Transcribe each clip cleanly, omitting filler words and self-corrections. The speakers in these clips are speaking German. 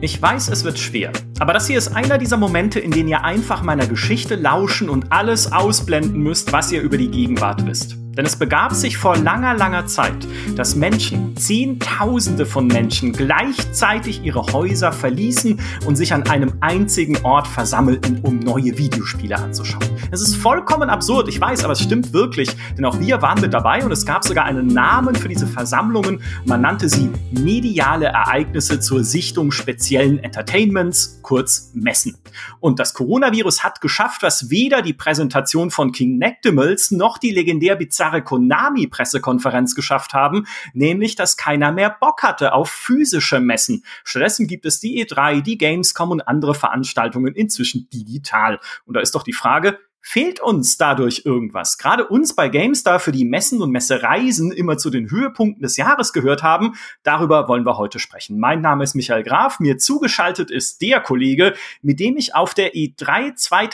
Ich weiß, es wird schwer, aber das hier ist einer dieser Momente, in denen ihr einfach meiner Geschichte lauschen und alles ausblenden müsst, was ihr über die Gegenwart wisst. Denn es begab sich vor langer, langer Zeit, dass Menschen, Zehntausende von Menschen, gleichzeitig ihre Häuser verließen und sich an einem einzigen Ort versammelten, um neue Videospiele anzuschauen. Es ist vollkommen absurd, ich weiß, aber es stimmt wirklich, denn auch wir waren mit dabei und es gab sogar einen Namen für diese Versammlungen. Man nannte sie mediale Ereignisse zur Sichtung speziellen Entertainments, kurz Messen. Und das Coronavirus hat geschafft, was weder die Präsentation von King Nectimals noch die legendär bizarre Konami-Pressekonferenz geschafft haben, nämlich, dass keiner mehr Bock hatte auf physische Messen. Stattdessen gibt es die E3, die Gamescom und andere Veranstaltungen inzwischen digital. Und da ist doch die Frage, fehlt uns dadurch irgendwas? Gerade uns bei GameStar, für die Messen und Messereisen immer zu den Höhepunkten des Jahres gehört haben, darüber wollen wir heute sprechen. Mein Name ist Michael Graf, mir zugeschaltet ist der Kollege, mit dem ich auf der E3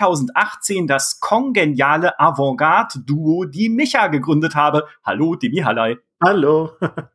2018 das kongeniale Avantgarde-Duo Die Micha gegründet habe. Hallo, die Mihalei. Hallo.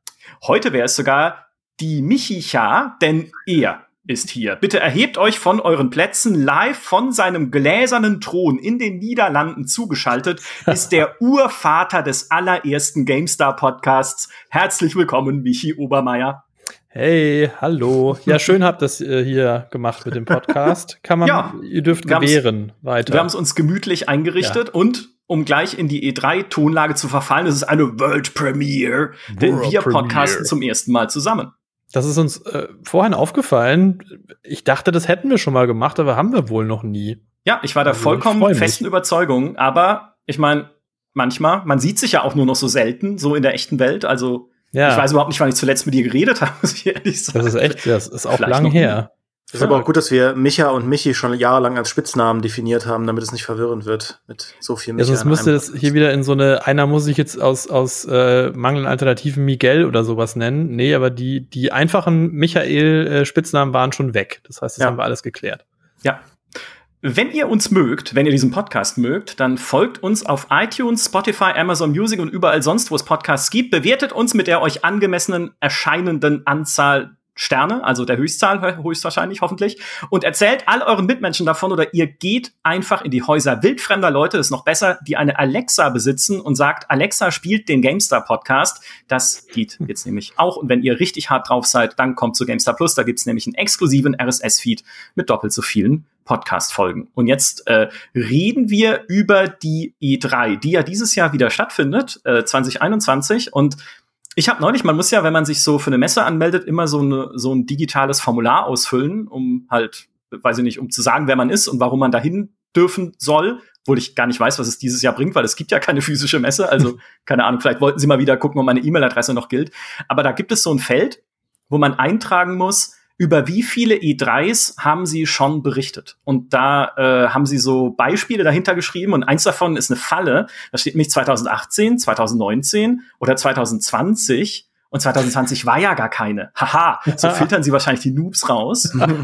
Heute wäre es sogar die Michicha, denn er ist hier. Bitte erhebt euch von euren Plätzen. Live von seinem gläsernen Thron in den Niederlanden zugeschaltet ist der Urvater des allerersten GameStar-Podcasts. Herzlich willkommen, Michi Obermeier. Hey, hallo. Ja, schön habt ihr das hier gemacht mit dem Podcast. Kann man, ja, ihr dürft gewähren weiter. Wir haben es uns gemütlich eingerichtet, ja. Und um gleich in die E3-Tonlage zu verfallen, es ist eine World Premiere, denn wir podcasten zum ersten Mal zusammen. Das ist uns vorhin aufgefallen. Ich dachte, das hätten wir schon mal gemacht, aber haben wir wohl noch nie. Ja, ich war da vollkommen festen Überzeugung. Aber ich meine, manchmal, man sieht sich ja auch nur noch so selten, so in der echten Welt. Also ja. Ich weiß überhaupt nicht, wann ich zuletzt mit dir geredet habe, muss ich ehrlich sagen. Das ist echt, das ist auch lang her. Es ist aber auch gut, dass wir Micha und Michi schon jahrelang als Spitznamen definiert haben, damit es nicht verwirrend wird mit so viel Micha. Ja, sonst müsste das hier wieder in so einer muss ich jetzt aus mangelnden Alternativen Miguel oder sowas nennen. Nee, aber die einfachen Michael-Spitznamen waren schon weg. Das heißt, das haben wir alles geklärt. Ja. Wenn ihr uns mögt, wenn ihr diesen Podcast mögt, dann folgt uns auf iTunes, Spotify, Amazon Music und überall sonst, wo es Podcasts gibt. Bewertet uns mit der euch angemessenen erscheinenden Anzahl Sterne, also der Höchstzahl höchstwahrscheinlich, hoffentlich, und erzählt all euren Mitmenschen davon oder ihr geht einfach in die Häuser wildfremder Leute, ist noch besser, die eine Alexa besitzen und sagt, Alexa spielt den GameStar Podcast. Das geht jetzt nämlich auch. Und wenn ihr richtig hart drauf seid, dann kommt zu GameStar Plus, da gibt's nämlich einen exklusiven RSS-Feed mit doppelt so vielen Podcast-Folgen. Und jetzt reden wir über die E3, die ja dieses Jahr wieder stattfindet, 2021, und ich habe neulich, man muss ja, wenn man sich so für eine Messe anmeldet, immer so ein digitales Formular ausfüllen, um halt, weiß ich nicht, um zu sagen, wer man ist und warum man dahin dürfen soll, obwohl ich gar nicht weiß, was es dieses Jahr bringt, weil es gibt ja keine physische Messe, also keine Ahnung, vielleicht wollten sie mal wieder gucken, ob meine E-Mail-Adresse noch gilt. Aber da gibt es so ein Feld, wo man eintragen muss, über wie viele E3s haben sie schon berichtet. Und da haben sie so Beispiele dahinter geschrieben und eins davon ist eine Falle. Da steht nämlich 2018, 2019 oder 2020 und 2020 war ja gar keine. Haha, so filtern sie wahrscheinlich die Noobs raus.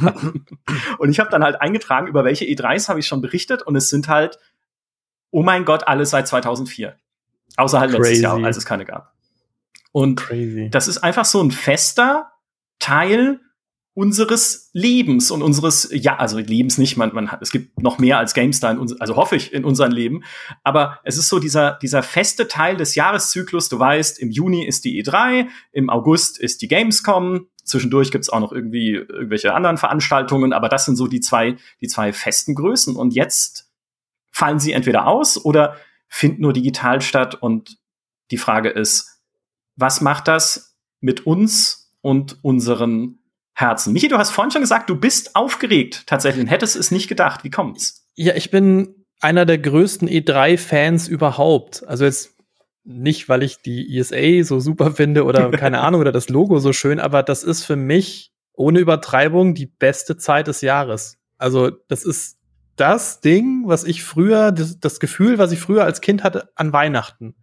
Und ich habe dann halt eingetragen, über welche E3s habe ich schon berichtet und es sind halt, oh mein Gott, alles seit 2004. Außer halt letztes Jahr, als es keine gab. Und das ist einfach so ein fester Teil unseres Lebens und unseres, ja, also Lebens nicht, es gibt noch mehr als GameStar also hoffe ich, in unserem Leben, aber es ist so dieser feste Teil des Jahreszyklus, du weißt, im Juni ist die E3, im August ist die Gamescom, zwischendurch gibt's auch noch irgendwie irgendwelche anderen Veranstaltungen, aber das sind so die zwei festen Größen und jetzt fallen sie entweder aus oder finden nur digital statt und die Frage ist, was macht das mit uns und unseren Herzen? Michi, du hast vorhin schon gesagt, du bist aufgeregt tatsächlich und hättest es nicht gedacht. Wie kommt's? Ja, ich bin einer der größten E3-Fans überhaupt. Also jetzt nicht, weil ich die ESA so super finde oder keine Ahnung oder das Logo so schön, aber das ist für mich ohne Übertreibung die beste Zeit des Jahres. Also das ist das Ding, was ich früher, das Gefühl, was ich früher als Kind hatte an Weihnachten.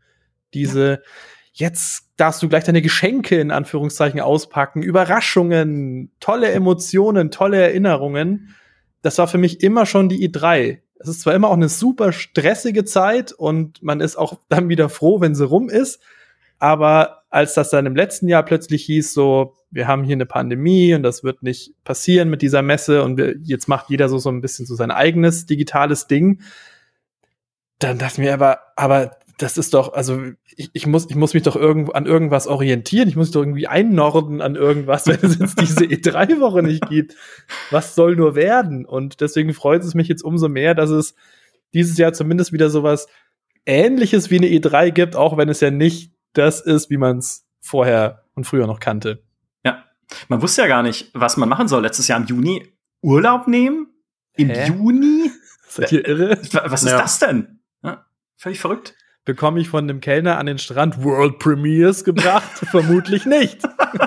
Jetzt darfst du gleich deine Geschenke in Anführungszeichen auspacken, Überraschungen, tolle Emotionen, tolle Erinnerungen. Das war für mich immer schon die E3. Es ist zwar immer auch eine super stressige Zeit und man ist auch dann wieder froh, wenn sie rum ist, aber als das dann im letzten Jahr plötzlich hieß, so wir haben hier eine Pandemie und das wird nicht passieren mit dieser Messe und jetzt macht jeder so ein bisschen so sein eigenes digitales Ding. Dann dachte ich mir aber das ist doch, also ich muss mich doch an irgendwas orientieren, ich muss mich doch irgendwie einnorden an irgendwas, wenn es jetzt diese E3-Woche nicht gibt. Was soll nur werden? Und deswegen freut es mich jetzt umso mehr, dass es dieses Jahr zumindest wieder sowas Ähnliches wie eine E3 gibt, auch wenn es ja nicht das ist, wie man es vorher und früher noch kannte. Ja, man wusste ja gar nicht, was man machen soll. Letztes Jahr im Juni Urlaub nehmen? Im Juni? Seid ihr irre? Was ist das denn? Ja, völlig verrückt. Bekomme ich von dem Kellner an den Strand World Premiers gebracht? Vermutlich nicht.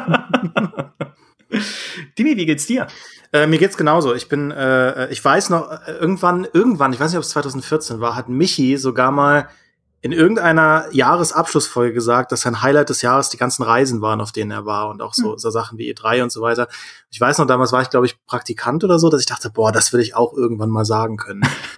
Dimi, wie geht's dir? Mir geht's genauso. Ich weiß noch, irgendwann, ich weiß nicht, ob es 2014 war, hat Michi sogar mal in irgendeiner Jahresabschlussfolge gesagt, dass sein Highlight des Jahres die ganzen Reisen waren, auf denen er war und auch so Sachen wie E3 und so weiter. Ich weiß noch, damals war ich, glaube ich, Praktikant oder so, dass ich dachte, boah, das will ich auch irgendwann mal sagen können.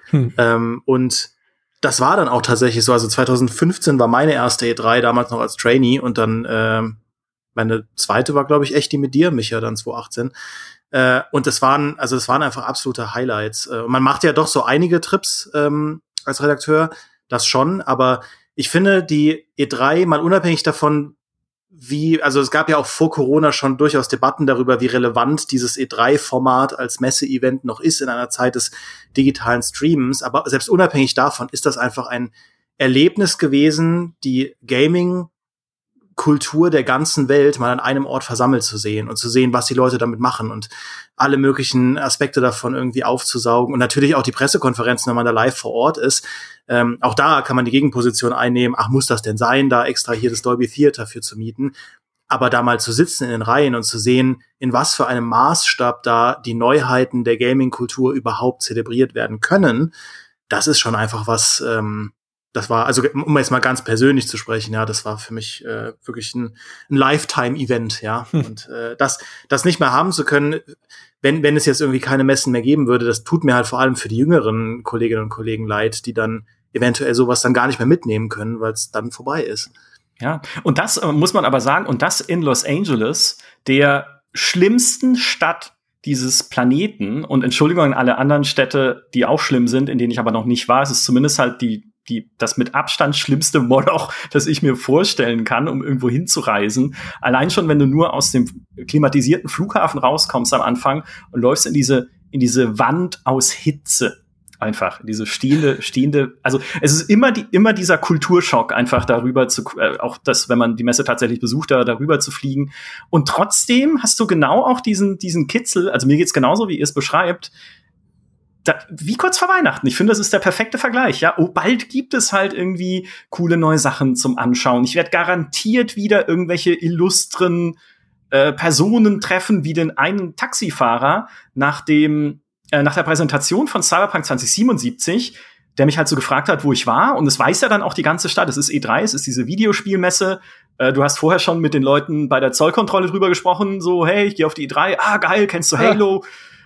Und das war dann auch tatsächlich so. Also 2015 war meine erste E3, damals noch als Trainee, und dann meine zweite war, glaube ich, echt die mit dir, Micha, dann 2018. Und das waren einfach absolute Highlights. Und man macht ja doch so einige Trips als Redakteur, das schon, aber ich finde die E3 mal unabhängig davon, also es gab ja auch vor Corona schon durchaus Debatten darüber, wie relevant dieses E3-Format als Messe-Event noch ist in einer Zeit des digitalen Streamens, aber selbst unabhängig davon ist das einfach ein Erlebnis gewesen, die Gaming-Kultur der ganzen Welt mal an einem Ort versammelt zu sehen und zu sehen, was die Leute damit machen und alle möglichen Aspekte davon irgendwie aufzusaugen und natürlich auch die Pressekonferenzen, wenn man da live vor Ort ist. Auch da kann man die Gegenposition einnehmen, ach, muss das denn sein, da extra hier das Dolby Theater für zu mieten? Aber da mal zu sitzen in den Reihen und zu sehen, in was für einem Maßstab da die Neuheiten der Gaming-Kultur überhaupt zelebriert werden können, das ist schon einfach was, das war, also um jetzt mal ganz persönlich zu sprechen, ja, das war für mich wirklich ein Lifetime-Event, ja. Und das nicht mehr haben zu können, wenn es jetzt irgendwie keine Messen mehr geben würde, das tut mir halt vor allem für die jüngeren Kolleginnen und Kollegen leid, die dann eventuell sowas dann gar nicht mehr mitnehmen können, weil es dann vorbei ist. Ja, und das muss man aber sagen, und das in Los Angeles, der schlimmsten Stadt dieses Planeten, und Entschuldigung an alle anderen Städte, die auch schlimm sind, in denen ich aber noch nicht war, es ist zumindest halt das mit Abstand schlimmste Moloch, das ich mir vorstellen kann, um irgendwo hinzureisen. Allein schon, wenn du nur aus dem klimatisierten Flughafen rauskommst am Anfang und läufst in diese Wand aus Hitze. Einfach, diese stehende, also es ist immer dieser Kulturschock, einfach darüber auch das, wenn man die Messe tatsächlich besucht, darüber zu fliegen. Und trotzdem hast du genau auch diesen Kitzel, also mir geht's genauso, wie ihr es beschreibt, wie kurz vor Weihnachten. Ich finde, das ist der perfekte Vergleich. Ja, bald gibt es halt irgendwie coole neue Sachen zum Anschauen. Ich werde garantiert wieder irgendwelche illustren Personen treffen, wie den einen Taxifahrer nach der Präsentation von Cyberpunk 2077, der mich halt so gefragt hat, wo ich war. Und es weiß ja dann auch die ganze Stadt. Es ist E3, es ist diese Videospielmesse. Du hast vorher schon mit den Leuten bei der Zollkontrolle drüber gesprochen. So, hey, ich gehe auf die E3. Ah, geil, kennst du Halo?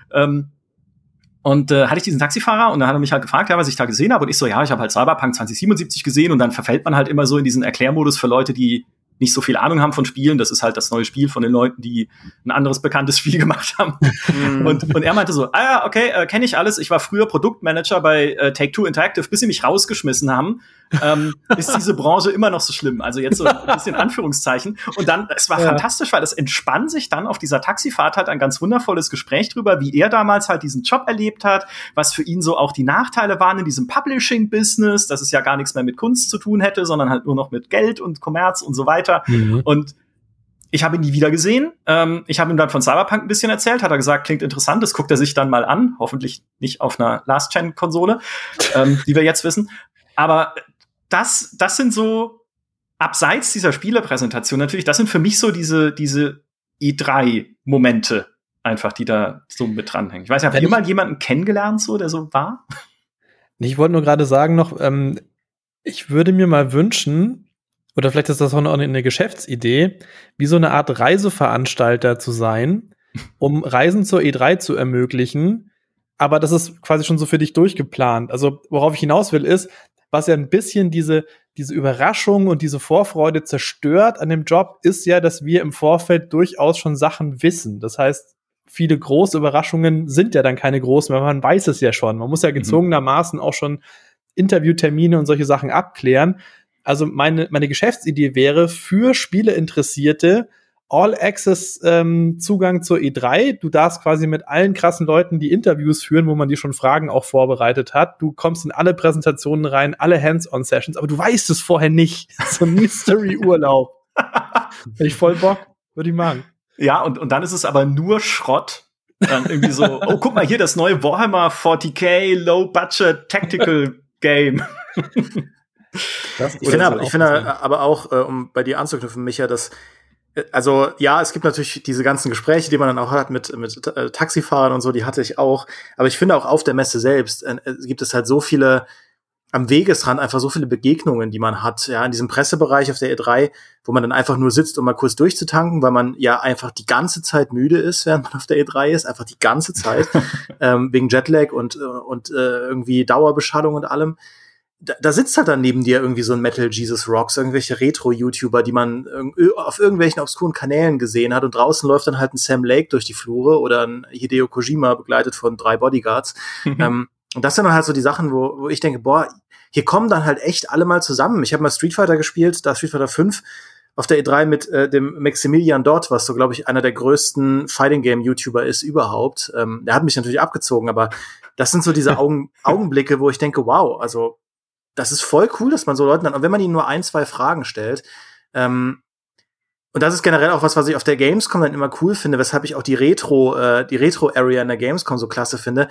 Und hatte ich diesen Taxifahrer und dann hat er mich halt gefragt, ja, was ich da gesehen habe. Und ich so, ja, ich habe halt Cyberpunk 2077 gesehen. Und dann verfällt man halt immer so in diesen Erklärmodus für Leute, die nicht so viel Ahnung haben von Spielen. Das ist halt das neue Spiel von den Leuten, die ein anderes bekanntes Spiel gemacht haben. Und er meinte so, okay, kenne ich alles. Ich war früher Produktmanager bei Take-Two Interactive, bis sie mich rausgeschmissen haben. Ist diese Branche immer noch so schlimm? Also jetzt so ein bisschen Anführungszeichen. Und dann, es war fantastisch, weil das entspann sich dann auf dieser Taxifahrt halt ein ganz wundervolles Gespräch drüber, wie er damals halt diesen Job erlebt hat, was für ihn so auch die Nachteile waren in diesem Publishing-Business, dass es ja gar nichts mehr mit Kunst zu tun hätte, sondern halt nur noch mit Geld und Kommerz und so weiter. Und ich habe ihn nie wieder gesehen. Ich habe ihm dann von Cyberpunk ein bisschen erzählt, hat er gesagt, klingt interessant, das guckt er sich dann mal an. Hoffentlich nicht auf einer Last-Gen-Konsole, die wir jetzt wissen. Aber das sind so, abseits dieser Spielepräsentation natürlich, das sind für mich so diese E3-Momente einfach, die da so mit dranhängen. Ich weiß nicht, habt ihr mal jemanden kennengelernt, so, der so war? Ich wollte nur gerade sagen noch, ich würde mir mal wünschen, oder vielleicht ist das auch noch eine Geschäftsidee, wie so eine Art Reiseveranstalter zu sein, um Reisen zur E3 zu ermöglichen. Aber das ist quasi schon so für dich durchgeplant. Also worauf ich hinaus will, ist, was ja ein bisschen diese diese Überraschung und diese Vorfreude zerstört an dem Job, ist ja, dass wir im Vorfeld durchaus schon Sachen wissen. Das heißt, viele große Überraschungen sind ja dann keine großen, weil man weiß es ja schon. Man muss ja gezwungenermaßen auch schon Interviewtermine und solche Sachen abklären. Also meine Geschäftsidee wäre für Spieleinteressierte All-Access Zugang zur E3. Du darfst quasi mit allen krassen Leuten die Interviews führen, wo man die schon Fragen auch vorbereitet hat. Du kommst in alle Präsentationen rein, alle Hands-on-Sessions, aber du weißt es vorher nicht. So ein Mystery-Urlaub. Hätte ich voll Bock, würde ich machen. Ja, und dann ist es aber nur Schrott. Dann irgendwie so, oh, guck mal hier, das neue Warhammer 40k Low-Budget Tactical Game. Ich finde aber auch, um bei dir anzuknüpfen, Micha, dass also ja, es gibt natürlich diese ganzen Gespräche, die man dann auch hat mit Taxifahrern und so, die hatte ich auch. Aber ich finde auch auf der Messe selbst gibt es halt so viele am Wegesrand einfach so viele Begegnungen, die man hat, ja, in diesem Pressebereich auf der E3, wo man dann einfach nur sitzt, um mal kurz durchzutanken, weil man ja einfach die ganze Zeit müde ist, während man auf der E3 ist, einfach die ganze Zeit, wegen Jetlag und irgendwie Dauerbeschallung und allem. Da sitzt halt dann neben dir irgendwie so ein Metal Jesus Rocks, irgendwelche Retro-YouTuber, die man auf irgendwelchen obskuren Kanälen gesehen hat, und draußen läuft dann halt ein Sam Lake durch die Flure oder ein Hideo Kojima begleitet von 3 Bodyguards. Und das sind dann halt so die Sachen, wo ich denke, boah, hier kommen dann halt echt alle mal zusammen. Ich habe mal Street Fighter gespielt, da Street Fighter 5 auf der E3 mit dem Maximilian Dott, was so, glaube ich, einer der größten Fighting-Game-YouTuber ist überhaupt. Der hat mich natürlich abgezogen, aber das sind so diese Augenblicke, wo ich denke, wow, also das ist voll cool, dass man so Leuten dann, und wenn man ihnen nur 1, 2 Fragen stellt, und das ist generell auch was ich auf der Gamescom dann immer cool finde, weshalb ich auch die Retro-Area in der Gamescom so klasse finde.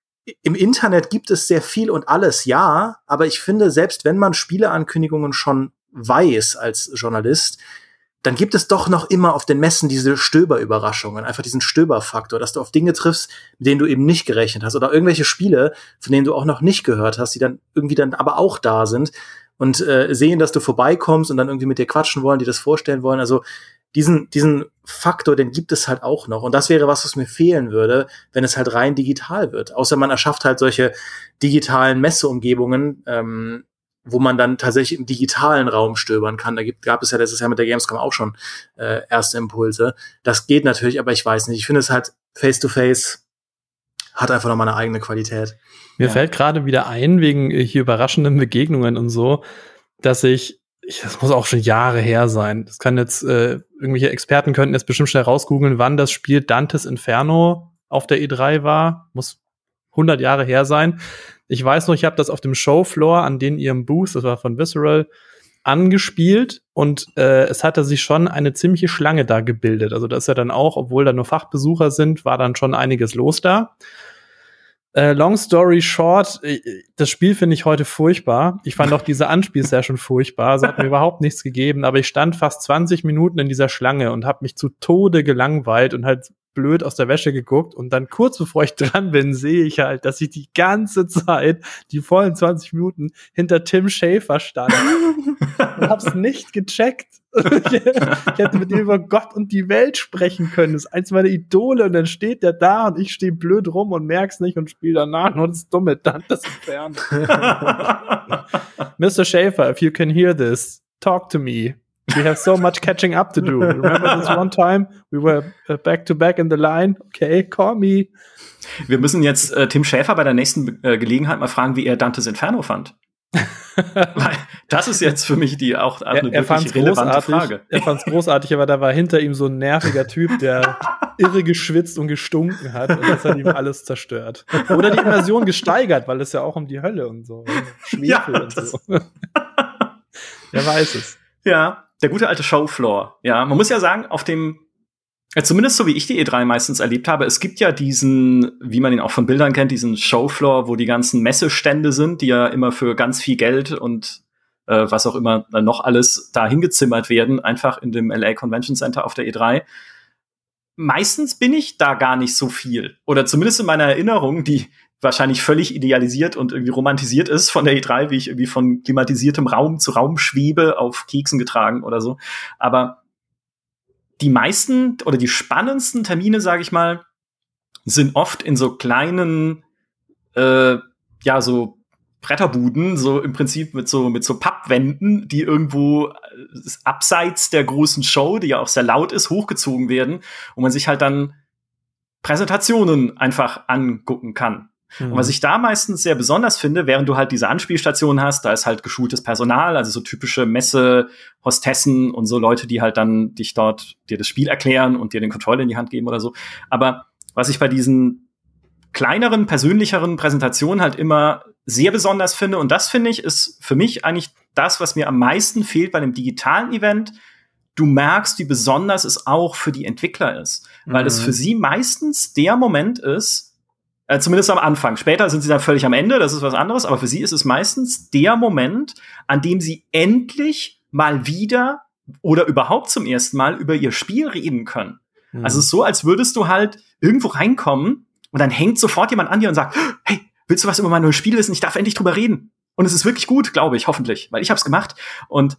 Im Internet gibt es sehr viel und alles, ja, aber ich finde, selbst wenn man Spieleankündigungen schon weiß als Journalist, dann gibt es doch noch immer auf den Messen diese Stöberüberraschungen, einfach diesen Stöberfaktor, dass du auf Dinge triffst, mit denen du eben nicht gerechnet hast, oder irgendwelche Spiele, von denen du auch noch nicht gehört hast, die dann irgendwie dann aber auch da sind und sehen, dass du vorbeikommst und dann irgendwie mit dir quatschen wollen, die das vorstellen wollen. Also diesen Faktor, den gibt es halt auch noch. Und das wäre was mir fehlen würde, wenn es halt rein digital wird. Außer man erschafft halt solche digitalen Messeumgebungen, wo man dann tatsächlich im digitalen Raum stöbern kann. Gab es ja letztes Jahr mit der Gamescom auch schon erste Impulse. Das geht natürlich, aber ich weiß nicht. Ich finde es halt Face-to-Face hat einfach noch mal eine eigene Qualität. Mir fällt gerade wieder ein, wegen hier überraschenden Begegnungen und so, dass das muss auch schon Jahre her sein. Das kann jetzt, irgendwelche Experten könnten jetzt bestimmt schnell rausgoogeln, wann das Spiel Dantes Inferno auf der E3 war. Muss 100 Jahre her sein. Ich weiß noch, ich habe das auf dem Showfloor an ihrem Booth, das war von Visceral, angespielt, und es hatte sich schon eine ziemliche Schlange da gebildet. Also das ist ja dann auch, obwohl da nur Fachbesucher sind, war dann schon einiges los da. Long story short, das Spiel finde ich heute furchtbar. Ich fand auch diese Anspielsession furchtbar. Es hat mir überhaupt nichts gegeben, aber ich stand fast 20 Minuten in dieser Schlange und habe mich zu Tode gelangweilt und halt blöd aus der Wäsche geguckt, und dann kurz bevor ich dran bin, sehe ich halt, dass ich die ganze Zeit, die vollen 20 Minuten, hinter Tim Schafer stand und hab's nicht gecheckt. Ich hätte mit ihm über Gott und die Welt sprechen können. Das ist eins meiner Idole, und dann steht der da und ich stehe blöd rum und merk's nicht und spiele danach nur das dumme Dantes Inferno. Mr. Schafer, if you can hear this, talk to me. We have so much catching up to do. Remember this one time? We were back to back in the line. Okay, call me. Wir müssen jetzt Tim Schafer bei der nächsten Gelegenheit mal fragen, wie er Dantes Inferno fand. Weil das ist jetzt für mich auch eine wirklich relevante Frage. Er fand's großartig, aber da war hinter ihm so ein nerviger Typ, der irre geschwitzt und gestunken hat, und das hat ihm alles zerstört. Oder die Immersion gesteigert, weil es ja auch um die Hölle und so, Schwefel und so. Wer weiß es. Ja, der gute alte Showfloor. Ja, man muss ja sagen, auf dem, zumindest so wie ich die E3 meistens erlebt habe, es gibt ja diesen, wie man ihn auch von Bildern kennt, diesen Showfloor, wo die ganzen Messestände sind, die ja immer für ganz viel Geld und was auch immer noch alles da hingezimmert werden, einfach in dem LA Convention Center auf der E3. Meistens bin ich da gar nicht so viel. Oder zumindest in meiner Erinnerung, die wahrscheinlich völlig idealisiert und irgendwie romantisiert ist von der E3, wie ich irgendwie von klimatisiertem Raum zu Raum schwebe, auf Keksen getragen oder so. Aber die meisten oder die spannendsten Termine, sage ich mal, sind oft in so kleinen, so Bretterbuden, so im Prinzip mit so Pappwänden, die irgendwo abseits der großen Show, die ja auch sehr laut ist, hochgezogen werden, wo man sich halt dann Präsentationen einfach angucken kann. Und was ich da meistens sehr besonders finde, während du halt diese Anspielstationen hast, da ist halt geschultes Personal, also so typische Messe-Hostessen und so Leute, die halt dann dir das Spiel erklären und dir den Controller in die Hand geben oder so. Aber was ich bei diesen kleineren, persönlicheren Präsentationen halt immer sehr besonders finde, und das finde ich, ist für mich eigentlich das, was mir am meisten fehlt bei einem digitalen Event. Du merkst, wie besonders es auch für die Entwickler ist, weil es für sie meistens der Moment ist, zumindest am Anfang. Später sind sie dann völlig am Ende, das ist was anderes, aber für sie ist es meistens der Moment, an dem sie endlich mal wieder oder überhaupt zum ersten Mal über ihr Spiel reden können. Also es ist so, als würdest du halt irgendwo reinkommen und dann hängt sofort jemand an dir und sagt, hey, willst du was über mein neues Spiel wissen? Ich darf endlich drüber reden. Und es ist wirklich gut, glaube ich, hoffentlich, weil ich hab's gemacht. Und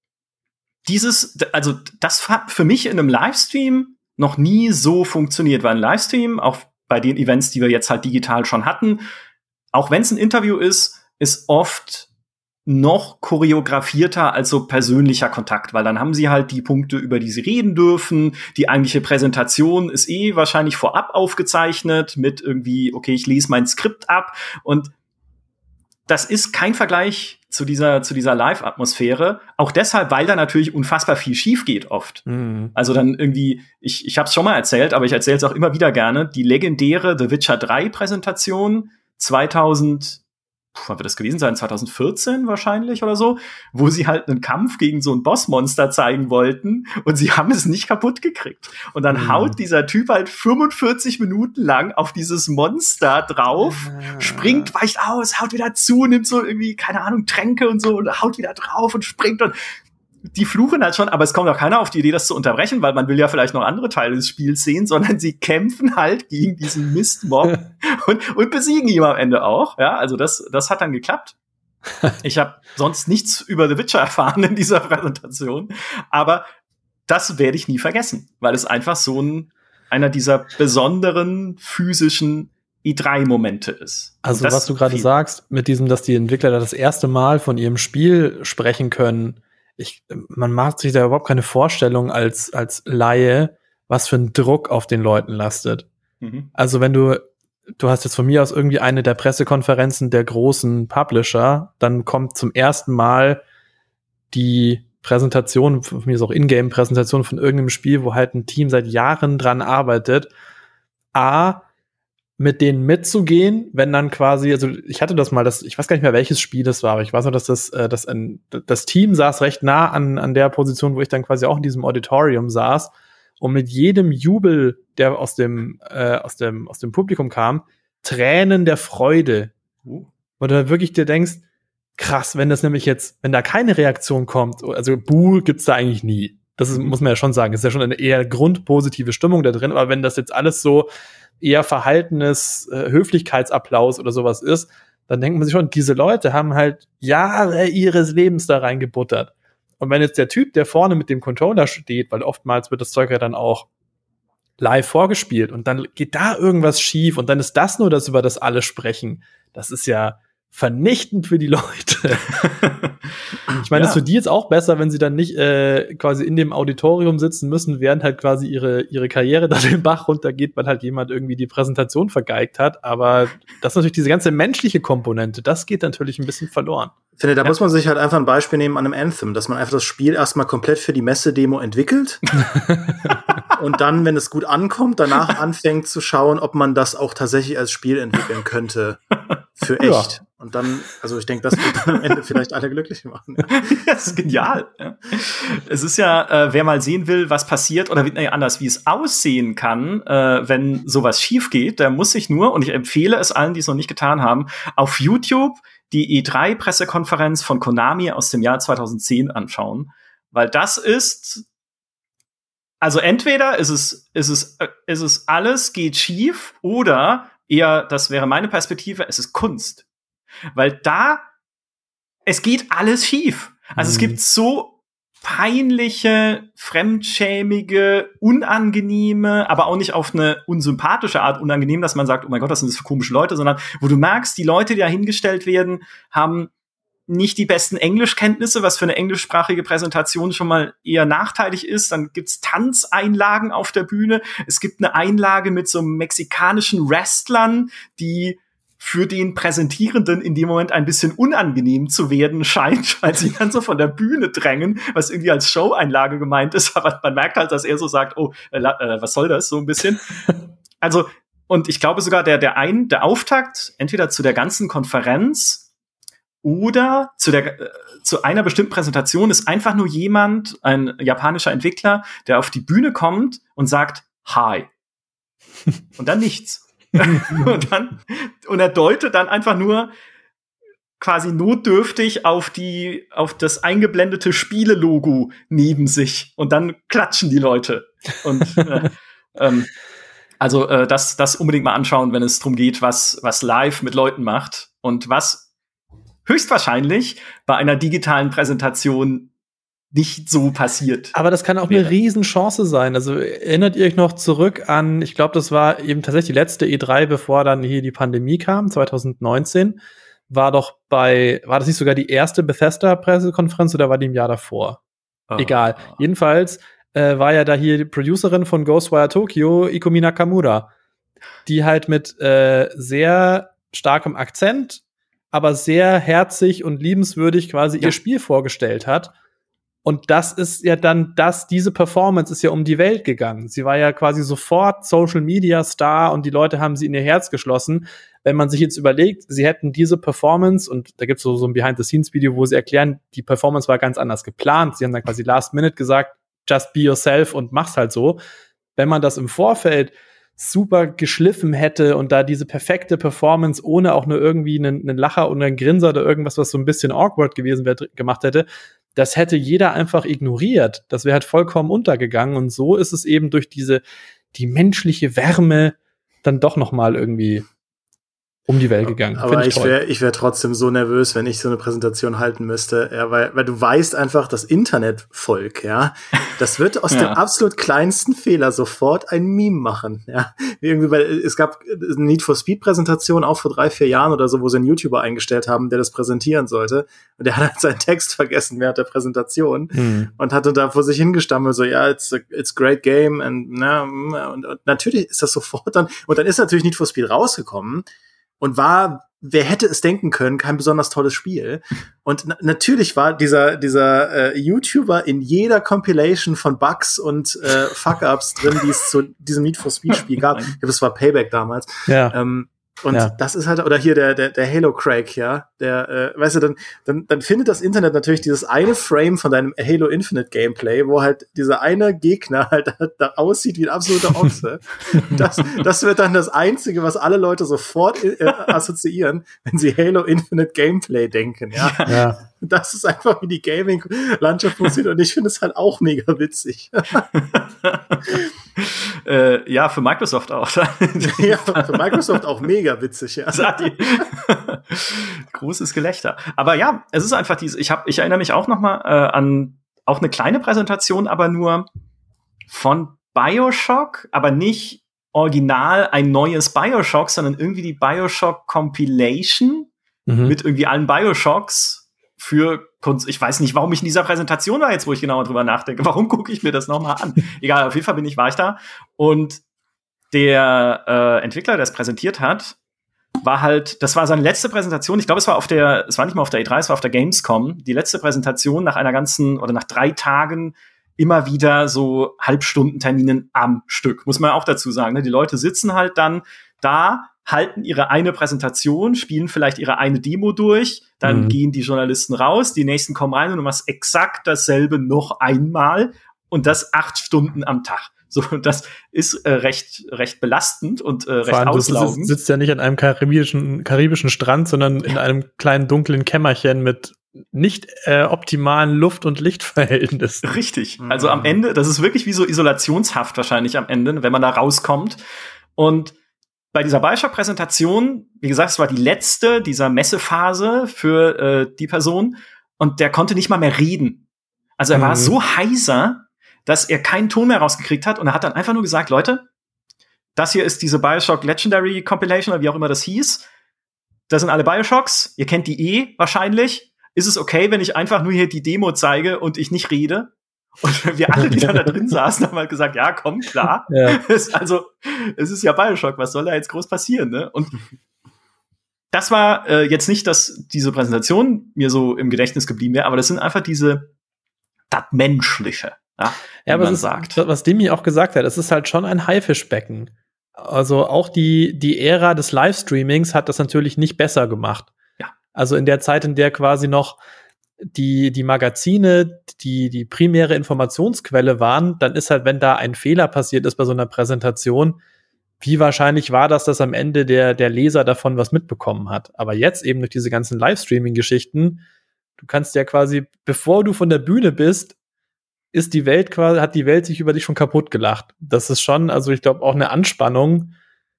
das hat für mich in einem Livestream noch nie so funktioniert, weil ein Livestream, auch bei den Events, die wir jetzt halt digital schon hatten, auch wenn es ein Interview ist oft noch choreografierter als so persönlicher Kontakt, weil dann haben sie halt die Punkte, über die sie reden dürfen. Die eigentliche Präsentation ist wahrscheinlich vorab aufgezeichnet mit irgendwie, okay, ich lese mein Skript ab, und das ist kein Vergleich zu dieser Live-Atmosphäre. Auch deshalb, weil da natürlich unfassbar viel schief geht oft. Also dann irgendwie, ich habe es schon mal erzählt, aber ich erzähle es auch immer wieder gerne, die legendäre The Witcher 3 Präsentation wann wird das gewesen sein? 2014 wahrscheinlich oder so, wo sie halt einen Kampf gegen so ein Bossmonster zeigen wollten und sie haben es nicht kaputt gekriegt. Und dann haut dieser Typ halt 45 Minuten lang auf dieses Monster drauf, springt, weicht aus, haut wieder zu, nimmt so irgendwie, keine Ahnung, Tränke und so und haut wieder drauf und springt, und die fluchen halt schon, aber es kommt auch keiner auf die Idee, das zu unterbrechen, weil man will ja vielleicht noch andere Teile des Spiels sehen, sondern sie kämpfen halt gegen diesen Mistmob und besiegen ihn am Ende auch. Ja, also das hat dann geklappt. Ich habe sonst nichts über The Witcher erfahren in dieser Präsentation, aber das werde ich nie vergessen, weil es einfach so einer dieser besonderen physischen E3-Momente ist. Also was du gerade sagst, mit diesem, dass die Entwickler da das erste Mal von ihrem Spiel sprechen können, man macht sich da überhaupt keine Vorstellung als Laie, was für ein Druck auf den Leuten lastet. Also wenn du hast jetzt von mir aus irgendwie eine der Pressekonferenzen der großen Publisher, dann kommt zum ersten Mal die Präsentation, von mir ist auch Ingame-Präsentation von irgendeinem Spiel, wo halt ein Team seit Jahren dran arbeitet, mit denen mitzugehen, wenn dann quasi, also ich hatte das mal, ich weiß gar nicht mehr, welches Spiel das war, aber ich weiß noch, dass das Team saß recht nah an der Position, wo ich dann quasi auch in diesem Auditorium saß, und mit jedem Jubel, der aus dem Publikum kam, Tränen der Freude. Und du wirklich dir denkst, krass, wenn da keine Reaktion kommt, also Buh gibt's da eigentlich nie. Das muss man ja schon sagen, ist ja schon eine eher grundpositive Stimmung da drin, aber wenn das jetzt alles so eher verhaltenes Höflichkeitsapplaus oder sowas ist, dann denkt man sich schon, diese Leute haben halt Jahre ihres Lebens da reingebuttert. Und wenn jetzt der Typ, der vorne mit dem Controller steht, weil oftmals wird das Zeug ja dann auch live vorgespielt und dann geht da irgendwas schief und dann ist das nur das, über das alle sprechen. Das ist ja vernichtend für die Leute. Ich meine, das ist für die jetzt auch besser, wenn sie dann nicht quasi in dem Auditorium sitzen müssen, während halt quasi ihre Karriere da den Bach runtergeht, weil halt jemand irgendwie die Präsentation vergeigt hat. Aber das ist natürlich diese ganze menschliche Komponente, das geht natürlich ein bisschen verloren. Ich finde, da muss man sich halt einfach ein Beispiel nehmen an einem Anthem, dass man einfach das Spiel erstmal komplett für die Messe-Demo entwickelt und dann, wenn es gut ankommt, danach anfängt zu schauen, ob man das auch tatsächlich als Spiel entwickeln könnte. Für echt. Ja. Und dann, also ich denke, das wird dann am Ende vielleicht alle glücklich machen. Ja. Das ist genial. Ja. Es ist ja, wer mal sehen will, was passiert, oder anders, wie es aussehen kann, wenn sowas schief geht, der muss sich nur, und ich empfehle es allen, die es noch nicht getan haben, auf YouTube die E3-Pressekonferenz von Konami aus dem Jahr 2010 anschauen. Weil das ist, also entweder ist es alles geht schief, oder eher, das wäre meine Perspektive, es ist Kunst. Weil es geht alles schief. Also es gibt so peinliche, fremdschämige, unangenehme, aber auch nicht auf eine unsympathische Art unangenehm, dass man sagt, oh mein Gott, was sind das für komische Leute, sondern wo du merkst, die Leute, die da hingestellt werden, haben nicht die besten Englischkenntnisse, was für eine englischsprachige Präsentation schon mal eher nachteilig ist. Dann gibt's Tanzeinlagen auf der Bühne. Es gibt eine Einlage mit so mexikanischen Wrestlern, die für den Präsentierenden in dem Moment ein bisschen unangenehm zu werden scheint, weil sie dann so von der Bühne drängen, was irgendwie als Show-Einlage gemeint ist. Aber man merkt halt, dass er so sagt, oh, was soll das, so ein bisschen. Also, und ich glaube sogar, der Auftakt, entweder zu der ganzen Konferenz oder zu einer bestimmten Präsentation, ist einfach nur jemand, ein japanischer Entwickler, der auf die Bühne kommt und sagt, hi. Und dann nichts. und er deutet dann einfach nur quasi notdürftig auf das eingeblendete Spiele-Logo neben sich. Und dann klatschen die Leute. Und das unbedingt mal anschauen, wenn es darum geht, was live mit Leuten macht und was höchstwahrscheinlich bei einer digitalen Präsentation nicht so passiert. Aber das kann auch eine Riesenchance sein. Also erinnert ihr euch noch zurück an, ich glaube, das war eben tatsächlich die letzte E3, bevor dann hier die Pandemie kam, 2019. War das nicht sogar die erste Bethesda-Pressekonferenz oder war die im Jahr davor? Egal. Jedenfalls war ja da hier die Producerin von Ghostwire Tokyo, Ikumi Nakamura, die halt mit sehr starkem Akzent, aber sehr herzig und liebenswürdig quasi ihr Spiel vorgestellt hat. Und das ist ja dann diese Performance ist ja um die Welt gegangen. Sie war ja quasi sofort Social-Media-Star und die Leute haben sie in ihr Herz geschlossen. Wenn man sich jetzt überlegt, sie hätten diese Performance, und da gibt's so ein Behind-the-Scenes-Video, wo sie erklären, die Performance war ganz anders geplant. Sie haben dann quasi last minute gesagt, just be yourself und mach's halt so. Wenn man das im Vorfeld super geschliffen hätte und da diese perfekte Performance ohne auch nur irgendwie einen Lacher oder einen Grinser oder irgendwas, was so ein bisschen awkward gewesen wäre, gemacht hätte, das hätte jeder einfach ignoriert. Das wäre halt vollkommen untergegangen. Und so ist es eben durch die menschliche Wärme dann doch noch mal irgendwie um die Welt gegangen. Aber ich wär trotzdem so nervös, wenn ich so eine Präsentation halten müsste, ja, weil du weißt einfach, das Internetvolk, ja, das wird aus dem absolut kleinsten Fehler sofort ein Meme machen, ja. Irgendwie, weil es gab eine Need for Speed Präsentation auch vor 3-4 Jahren oder so, wo sie einen YouTuber eingestellt haben, der das präsentieren sollte. Und der hat halt seinen Text vergessen während der Präsentation und hatte da vor sich hingestammelt, so, ja, it's great game und natürlich ist das sofort dann, und dann ist natürlich Need for Speed rausgekommen und wer hätte es denken können, kein besonders tolles Spiel. Und natürlich war dieser YouTuber in jeder Compilation von Bugs und Fuck-Ups drin, die es zu diesem Need for Speed Spiel gab. Ich glaube, das war Payback damals. Ja. Das ist halt, oder hier der Halo Craig, ja, der, weißt du, dann findet das Internet natürlich dieses eine Frame von deinem Halo Infinite Gameplay, wo halt dieser eine Gegner halt da aussieht wie ein absoluter Ochse. Das wird dann das Einzige, was alle Leute sofort assoziieren, wenn sie Halo Infinite Gameplay denken, ja. Ja. Das ist einfach, wie die Gaming-Landschaft funktioniert, und ich finde es halt auch mega witzig. Ja, für Microsoft auch. Ja, für Microsoft auch mega witzig, ja. Großes Gelächter. Aber ja, es ist einfach ich erinnere mich auch noch mal an auch eine kleine Präsentation, aber nur von BioShock, aber nicht original ein neues BioShock, sondern irgendwie die BioShock Compilation mit irgendwie allen BioShocks für Kunst. Ich weiß nicht, warum ich in dieser Präsentation war jetzt, wo ich genauer drüber nachdenke. Warum gucke ich mir das nochmal an? Egal, auf jeden Fall war ich da. Und der Entwickler, der es präsentiert hat, das war seine letzte Präsentation. Ich glaube, es war nicht mal auf der E3, es war auf der Gamescom. Die letzte Präsentation nach nach 3 Tagen immer wieder so Halbstundenterminen am Stück. Muss man auch dazu sagen. Ne? Die Leute sitzen halt dann da, halten ihre eine Präsentation, spielen vielleicht ihre eine Demo durch, dann gehen die Journalisten raus, die nächsten kommen rein und du machst exakt dasselbe noch einmal und das 8 Stunden am Tag. So, das ist recht belastend und recht auslaugend. Du sitzt ja nicht an einem karibischen Strand, sondern in einem kleinen dunklen Kämmerchen mit nicht optimalen Luft- und Lichtverhältnissen. Richtig. Also am Ende, das ist wirklich wie so Isolationshaft wahrscheinlich am Ende, wenn man da rauskommt. Und bei dieser BioShock-Präsentation, wie gesagt, es war die letzte dieser Messephase für die Person und der konnte nicht mal mehr reden. Also er war so heiser, dass er keinen Ton mehr rausgekriegt hat und er hat dann einfach nur gesagt, Leute, das hier ist diese Bioshock Legendary Compilation oder wie auch immer das hieß. Das sind alle Bioshocks. Ihr kennt die wahrscheinlich. Ist es okay, wenn ich einfach nur hier die Demo zeige und ich nicht rede? Und wir alle, die dann da drin saßen, haben halt gesagt, ja, komm, klar. Ja. Es ist ja Bioshock, was soll da jetzt groß passieren, ne? Und das war jetzt nicht, dass diese Präsentation mir so im Gedächtnis geblieben wäre, aber das sind einfach das Menschliche, wie aber man sagt. Was Demi auch gesagt hat, es ist halt schon ein Haifischbecken. Also auch die Ära des Livestreamings hat das natürlich nicht besser gemacht. Ja. Also in der Zeit, in der quasi noch die Magazine, die primäre Informationsquelle waren, dann ist halt, wenn da ein Fehler passiert ist bei so einer Präsentation, wie wahrscheinlich war das, dass am Ende der Leser davon was mitbekommen hat. Aber jetzt eben durch diese ganzen Livestreaming-Geschichten, du kannst ja quasi, bevor du von der Bühne bist, hat die Welt sich über dich schon kaputt gelacht. Das ist schon, also ich glaube, auch eine Anspannung.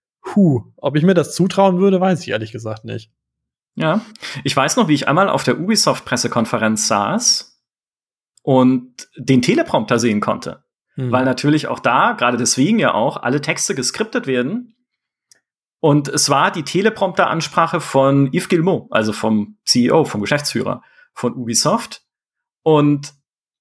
Ob ich mir das zutrauen würde, weiß ich ehrlich gesagt nicht. Ja, ich weiß noch, wie ich einmal auf der Ubisoft-Pressekonferenz saß und den Teleprompter sehen konnte. Weil natürlich auch da, gerade deswegen ja auch, alle Texte geskriptet werden. Und es war die Teleprompter-Ansprache von Yves Guillemot, also vom CEO, vom Geschäftsführer von Ubisoft. Und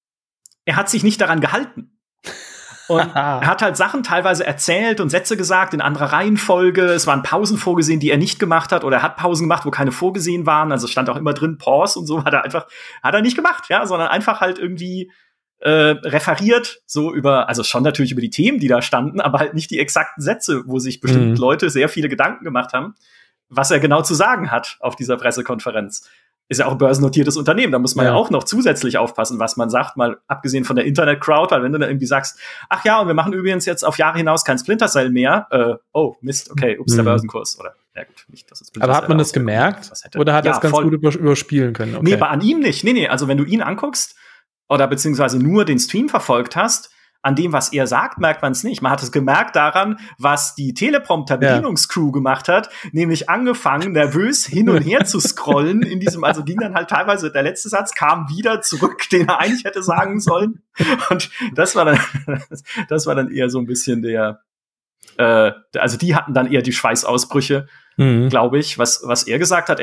er hat sich nicht daran gehalten. Und er hat halt Sachen teilweise erzählt und Sätze gesagt in anderer Reihenfolge. Es waren Pausen vorgesehen, die er nicht gemacht hat. Oder er hat Pausen gemacht, wo keine vorgesehen waren. Also stand auch immer drin Pause und so. Hat er nicht gemacht, ja, sondern einfach halt irgendwie referiert, so also schon natürlich über die Themen, die da standen, aber halt nicht die exakten Sätze, wo sich bestimmt Leute sehr viele Gedanken gemacht haben, was er genau zu sagen hat auf dieser Pressekonferenz. Ist ja auch ein börsennotiertes Unternehmen, da muss man ja auch noch zusätzlich aufpassen, was man sagt, mal abgesehen von der Internet-Crowd, weil wenn du dann irgendwie sagst, ach ja, und wir machen übrigens jetzt auf Jahre hinaus kein Splinter Cell mehr, oh, Mist, okay, der Börsenkurs, oder, ja gut, nicht, dass es aber hat man das gemerkt? Oder hat das ganz gut überspielen können? Okay. Nee, aber an ihm nicht, nee, also wenn du ihn anguckst, oder beziehungsweise nur den Stream verfolgt hast, an dem, was er sagt, merkt man es nicht. Man hat es gemerkt daran, was die Teleprompter-Bedienungscrew gemacht hat, nämlich angefangen, nervös hin und her zu scrollen in diesem, also ging dann halt teilweise, der letzte Satz kam wieder zurück, den er eigentlich hätte sagen sollen. Und das war dann eher so ein bisschen also die hatten dann eher die Schweißausbrüche, glaube ich, was er gesagt hat.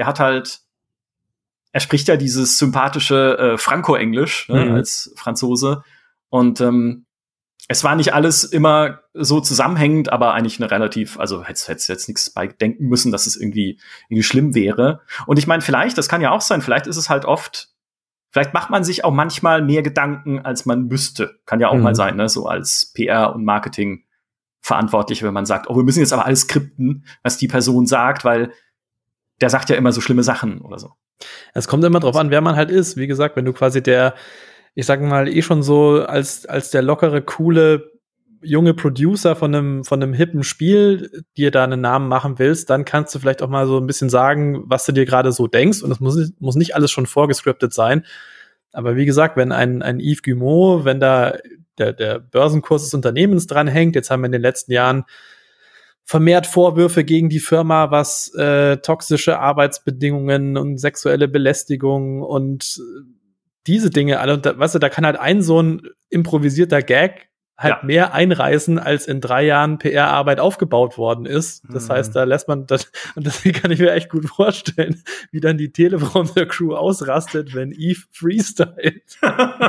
Er spricht ja dieses sympathische Franco-Englisch, als Franzose. Und es war nicht alles immer so zusammenhängend, aber eigentlich eine relativ, also hätte jetzt nichts bei denken müssen, dass es irgendwie schlimm wäre. Und ich meine, das kann ja auch sein, vielleicht ist es halt vielleicht macht man sich auch manchmal mehr Gedanken, als man müsste. Kann ja auch mal sein, ne? So als PR- und Marketing-Verantwortliche, wenn man sagt, oh, wir müssen jetzt aber alles skripten, was die Person sagt, weil der sagt ja immer so schlimme Sachen oder so. Es kommt immer drauf an, wer man halt ist. Wie gesagt, wenn du quasi ich sag mal, schon so als der lockere, coole, junge Producer von einem hippen Spiel dir da einen Namen machen willst, dann kannst du vielleicht auch mal so ein bisschen sagen, was du dir gerade so denkst. Und es muss nicht alles schon vorgescriptet sein. Aber wie gesagt, wenn ein Yves Guillemot, wenn da der Börsenkurs des Unternehmens dran hängt, jetzt haben wir in den letzten Jahren vermehrt Vorwürfe gegen die Firma, was toxische Arbeitsbedingungen und sexuelle Belästigung und diese Dinge alle. Und weißt du, da kann halt so ein improvisierter Gag halt mehr einreißen, als in 3 Jahren PR-Arbeit aufgebaut worden ist. Das heißt, da lässt man das, und deswegen kann ich mir echt gut vorstellen, wie dann die Teleprompter-Crew ausrastet, wenn Yves freestylt.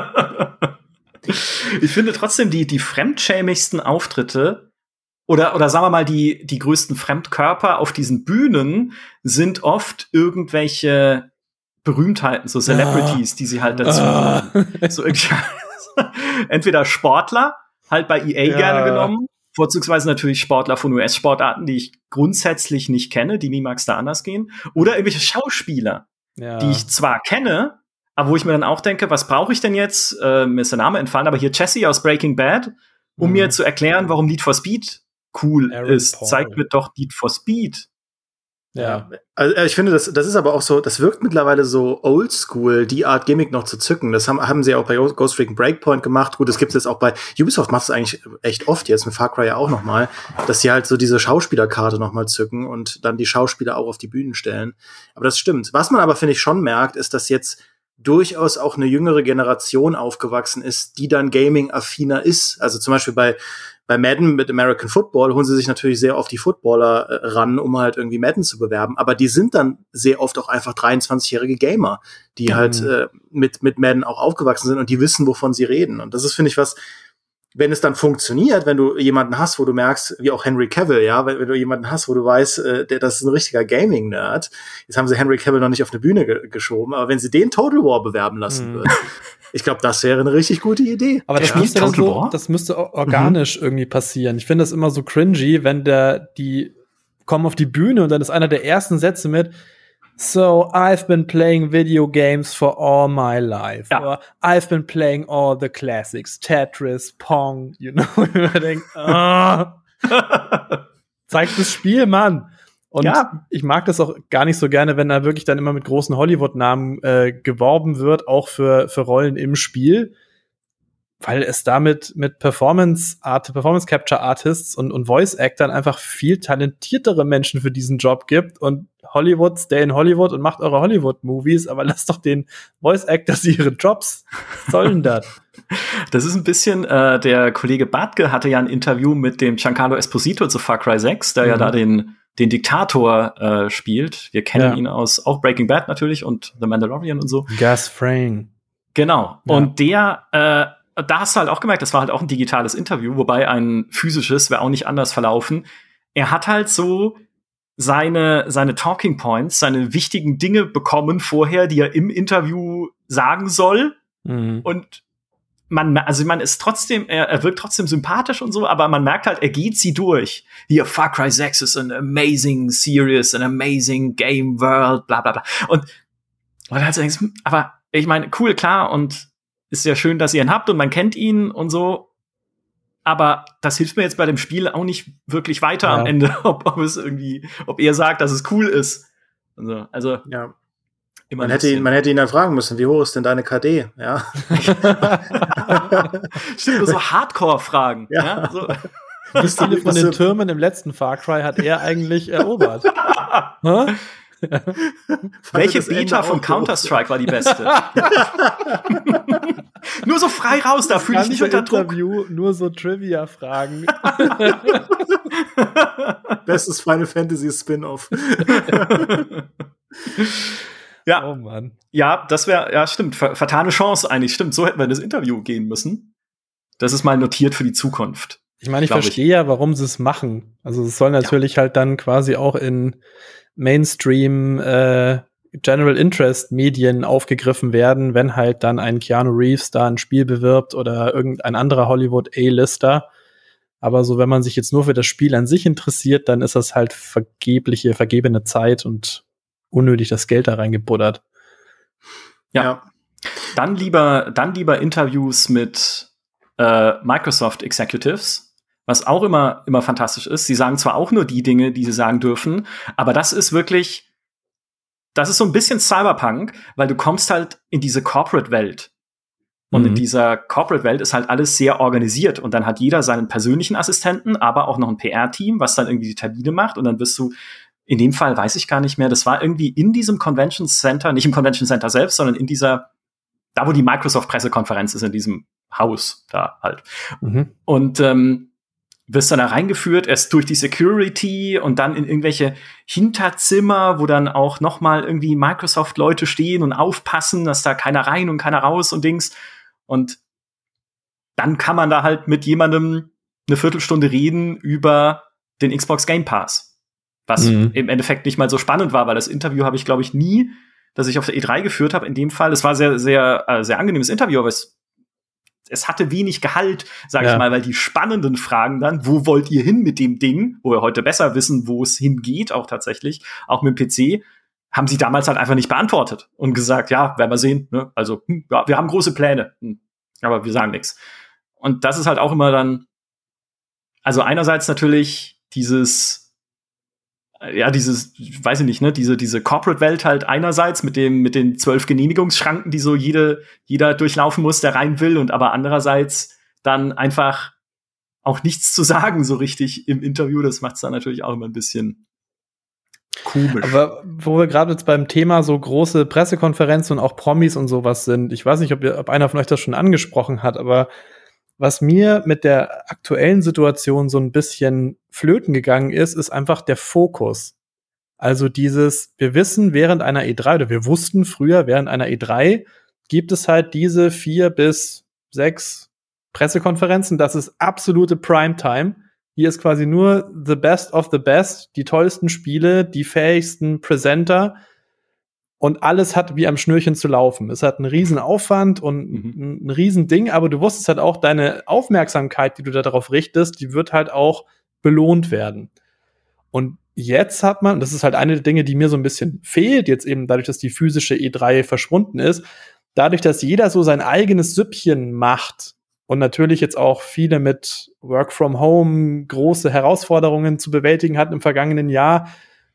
Ich finde trotzdem die fremdschämigsten Auftritte oder sagen wir mal, die größten Fremdkörper auf diesen Bühnen sind oft irgendwelche Berühmtheiten, so Celebrities, die sie halt dazu haben. So irgendwie entweder Sportler, halt bei EA gerne genommen, vorzugsweise natürlich Sportler von US-Sportarten, die ich grundsätzlich nicht kenne, die mag es da anders gehen, oder irgendwelche Schauspieler, die ich zwar kenne, aber wo ich mir dann auch denke, was brauche ich denn jetzt? Mir ist der Name entfallen, aber hier Jesse aus Breaking Bad, um mir zu erklären, warum Need for Speed cool ist. Zeigt mir doch Need for Speed. Ja. Also ich finde, das ist aber auch so, das wirkt mittlerweile so oldschool, die Art Gimmick noch zu zücken. Das haben sie auch bei Ghost Recon Breakpoint gemacht. Gut, das gibt es jetzt auch bei Ubisoft, macht es eigentlich echt oft jetzt, mit Far Cry ja auch nochmal, dass sie halt so diese Schauspielerkarte nochmal zücken und dann die Schauspieler auch auf die Bühnen stellen. Aber das stimmt. Was man aber, finde ich, schon merkt, ist, dass jetzt durchaus auch eine jüngere Generation aufgewachsen ist, die dann Gaming-affiner ist. Also zum Beispiel bei Madden mit American Football holen sie sich natürlich sehr oft die Footballer ran, um halt irgendwie Madden zu bewerben. Aber die sind dann sehr oft auch einfach 23-jährige Gamer, die halt mit Madden auch aufgewachsen sind und die wissen, wovon sie reden. Und das ist, finde ich, was, wenn es dann funktioniert, wenn du jemanden hast, wo du merkst, wie auch Henry Cavill, ja, wenn du jemanden hast, wo du weißt, das ist ein richtiger Gaming-Nerd. Jetzt haben sie Henry Cavill noch nicht auf eine Bühne geschoben, aber wenn sie den Total War bewerben lassen würden, ich glaube, das wäre eine richtig gute Idee. Aber das müsste dann so, das müsste organisch irgendwie passieren. Ich finde das immer so cringy, wenn die kommen auf die Bühne und dann ist einer der ersten Sätze mit So, I've been playing video games for all my life. Ja. Or I've been playing all the classics. Tetris, Pong, you know. Und man denkt, zeig das Spiel, Mann. Und ich mag das auch gar nicht so gerne, wenn da wirklich dann immer mit großen Hollywood-Namen geworben wird, auch für Rollen im Spiel. Weil es damit mit Performance-Capture-Artists und Voice-Actern einfach viel talentiertere Menschen für diesen Job gibt. Und Hollywood, stay in Hollywood und macht eure Hollywood-Movies, aber lasst doch den Voice-Actors ihre Jobs. Was soll denn das? Das ist ein bisschen, der Kollege Bartke hatte ja ein Interview mit dem Giancarlo Esposito zu Far Cry 6, der ja da den Diktator spielt. Wir kennen ihn aus auch Breaking Bad natürlich und The Mandalorian und so. Gus Fring. Genau. Ja. Und da hast du halt auch gemerkt, das war halt auch ein digitales Interview, wobei ein physisches wäre auch nicht anders verlaufen. Er hat halt so seine Talking Points, seine wichtigen Dinge bekommen vorher, die er im Interview sagen soll. Und man ist trotzdem, er wirkt trotzdem sympathisch und so, aber man merkt halt, er geht sie durch. Hier, Far Cry 6 ist an amazing series, an amazing game world, bla bla bla. Und man halt so denkst, aber ich meine, cool, klar, und ist ja schön, dass ihr ihn habt und man kennt ihn und so. Aber das hilft mir jetzt bei dem Spiel auch nicht wirklich weiter am Ende, ob er sagt, dass es cool ist. Also ja. Man hätte ihn dann fragen müssen, wie hoch ist denn deine KD? Ja. Stimmt, nur so Hardcore-Fragen. Ja. So. Wie viele von den Türmen im letzten Far Cry hat er eigentlich erobert? Welche Beta von Counter-Strike war die beste? Nur so frei raus, da fühle ich mich unter Druck. Interview, nur so Trivia-Fragen. Bestes Final Fantasy Spin-off. Ja. Oh Mann. Ja, das wäre, ja, stimmt. Vertane Chance eigentlich. Stimmt, so hätten wir in das Interview gehen müssen. Das ist mal notiert für die Zukunft. Ich meine, ich verstehe ja, warum sie es machen. Also es soll natürlich halt dann quasi auch in Mainstream General Interest Medien aufgegriffen werden, wenn halt dann ein Keanu Reeves da ein Spiel bewirbt oder irgendein anderer Hollywood A-Lister. Aber so, wenn man sich jetzt nur für das Spiel an sich interessiert, dann ist das halt vergebene Zeit und unnötig das Geld da reingebuddert. Ja. Dann lieber Interviews mit Microsoft Executives, was auch immer fantastisch ist. Sie sagen zwar auch nur die Dinge, die sie sagen dürfen, aber das ist so ein bisschen Cyberpunk, weil du kommst halt in diese Corporate-Welt. Und in dieser Corporate-Welt ist halt alles sehr organisiert. Und dann hat jeder seinen persönlichen Assistenten, aber auch noch ein PR-Team, was dann irgendwie die Termine macht. Und dann wirst du, in dem Fall weiß ich gar nicht mehr, das war irgendwie in diesem Convention Center, nicht im Convention Center selbst, sondern in da wo die Microsoft-Pressekonferenz ist, in diesem Haus da halt. Und wirst dann da reingeführt, erst durch die Security und dann in irgendwelche Hinterzimmer, wo dann auch noch mal irgendwie Microsoft-Leute stehen und aufpassen, dass da keiner rein und keiner raus und Dings. Und dann kann man da halt mit jemandem eine Viertelstunde reden über den Xbox Game Pass. Was im Endeffekt nicht mal so spannend war, weil das Interview habe ich, glaube ich, nie, das ich auf der E3 geführt habe in dem Fall. Es war sehr, sehr, sehr angenehmes Interview, aber es hatte wenig Gehalt, sage ich mal, weil die spannenden Fragen dann, wo wollt ihr hin mit dem Ding, wo wir heute besser wissen, wo es hingeht, auch tatsächlich, auch mit dem PC, haben sie damals halt einfach nicht beantwortet und gesagt, ja, werden wir sehen, ne? Also, ja, wir haben große Pläne, aber wir sagen nichts. Und das ist halt auch immer dann, also einerseits natürlich weiß ich nicht, ne, diese Corporate-Welt halt einerseits mit den 12 Genehmigungsschranken, die so jeder durchlaufen muss, der rein will, und aber andererseits dann einfach auch nichts zu sagen so richtig im Interview. Das macht's dann natürlich auch immer ein bisschen Komisch. Aber wo wir gerade jetzt beim Thema so große Pressekonferenzen und auch Promis und sowas sind, ich weiß nicht, ob einer von euch das schon angesprochen hat, aber was mir mit der aktuellen Situation so ein bisschen flöten gegangen ist einfach der Fokus. Also wir wissen während einer E3 oder wir wussten früher während einer E3 gibt es halt diese 4 bis 6 Pressekonferenzen. Das ist absolute Primetime. Hier ist quasi nur the best of the best, die tollsten Spiele, die fähigsten Presenter und alles hat wie am Schnürchen zu laufen. Es hat einen riesen Aufwand und ein riesen Ding, aber du wusstest halt auch, deine Aufmerksamkeit, die du da darauf richtest, die wird halt auch belohnt werden. Und jetzt hat man, das ist halt eine der Dinge, die mir so ein bisschen fehlt, jetzt eben dadurch, dass die physische E3 verschwunden ist, dadurch, dass jeder so sein eigenes Süppchen macht und natürlich jetzt auch viele mit Work from Home große Herausforderungen zu bewältigen hatten im vergangenen Jahr.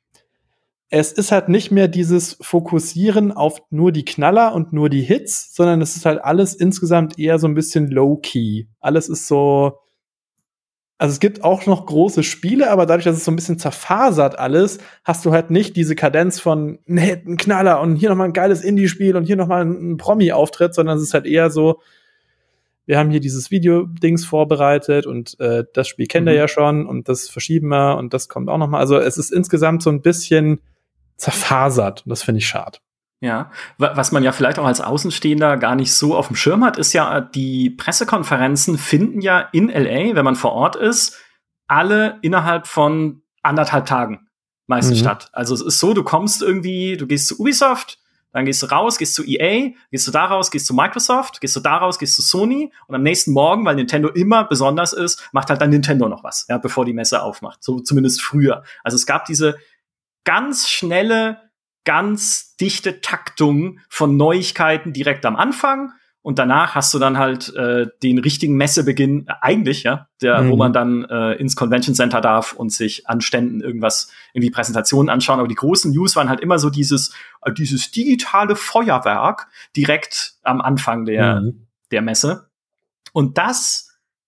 Es ist halt nicht mehr dieses Fokussieren auf nur die Knaller und nur die Hits, sondern es ist halt alles insgesamt eher so ein bisschen low-key. Alles ist so, also es gibt auch noch große Spiele, aber dadurch, dass es so ein bisschen zerfasert alles, hast du halt nicht diese Kadenz von ein Knaller und hier nochmal ein geiles Indie-Spiel und hier nochmal ein Promi-Auftritt, sondern es ist halt eher so, wir haben hier dieses Video-Dings vorbereitet und das Spiel kennt ihr ja schon und das verschieben wir und das kommt auch nochmal. Also es ist insgesamt so ein bisschen zerfasert und das finde ich schade. Ja, was man ja vielleicht auch als Außenstehender gar nicht so auf dem Schirm hat, ist ja, die Pressekonferenzen finden ja in LA, wenn man vor Ort ist, alle innerhalb von 1,5 Tagen meistens statt. Also es ist so, du kommst irgendwie, du gehst zu Ubisoft, dann gehst du raus, gehst zu EA, gehst du da raus, gehst zu Microsoft, gehst du da raus, gehst zu Sony und am nächsten Morgen, weil Nintendo immer besonders ist, macht halt dann Nintendo noch was, ja, bevor die Messe aufmacht. So zumindest früher. Also es gab diese ganz schnelle, ganz dichte Taktung von Neuigkeiten direkt am Anfang und danach hast du dann halt den richtigen Messebeginn, eigentlich, ja, wo man dann ins Convention Center darf und sich an Ständen irgendwie Präsentationen anschauen. Aber die großen News waren halt immer so dieses digitale Feuerwerk direkt am Anfang der Messe. Und das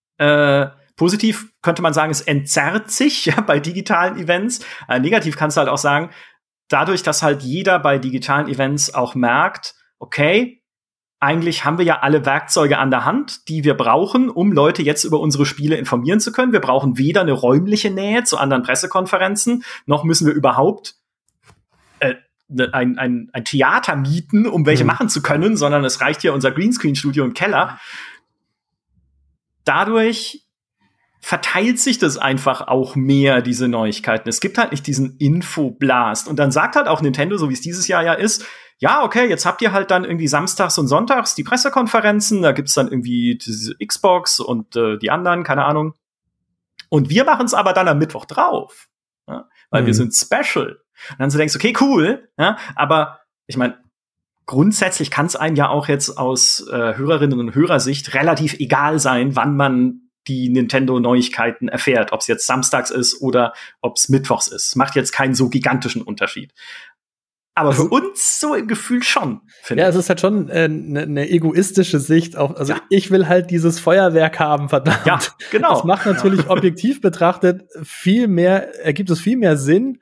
positiv könnte man sagen, es entzerrt sich ja bei digitalen Events. Negativ kannst du halt auch sagen, dadurch, dass halt jeder bei digitalen Events auch merkt, okay, eigentlich haben wir ja alle Werkzeuge an der Hand, die wir brauchen, um Leute jetzt über unsere Spiele informieren zu können. Wir brauchen weder eine räumliche Nähe zu anderen Pressekonferenzen, noch müssen wir überhaupt ein Theater mieten, um welche machen zu können, sondern es reicht ja unser Greenscreen-Studio im Keller. Dadurch verteilt sich das einfach auch mehr, diese Neuigkeiten. Es gibt halt nicht diesen Infoblast. Und dann sagt halt auch Nintendo, so wie es dieses Jahr ja ist, ja, okay, jetzt habt ihr halt dann irgendwie samstags und sonntags die Pressekonferenzen, da gibt's dann irgendwie diese Xbox und die anderen, keine Ahnung. Und wir machen's aber dann am Mittwoch drauf, ja? Weil wir sind special. Und dann so denkst, okay, cool, ja? Aber ich meine, grundsätzlich kann es einem ja auch jetzt aus Hörerinnen und Hörersicht relativ egal sein, wann man die Nintendo-Neuigkeiten erfährt, ob es jetzt samstags ist oder ob es mittwochs ist. Macht jetzt keinen so gigantischen Unterschied. Aber für uns so im Gefühl schon, finde ich. Ja, es ist halt schon eine egoistische Sicht auf, also ich will halt dieses Feuerwerk haben, verdammt. Ja, genau. Das macht natürlich objektiv betrachtet ergibt es viel mehr Sinn,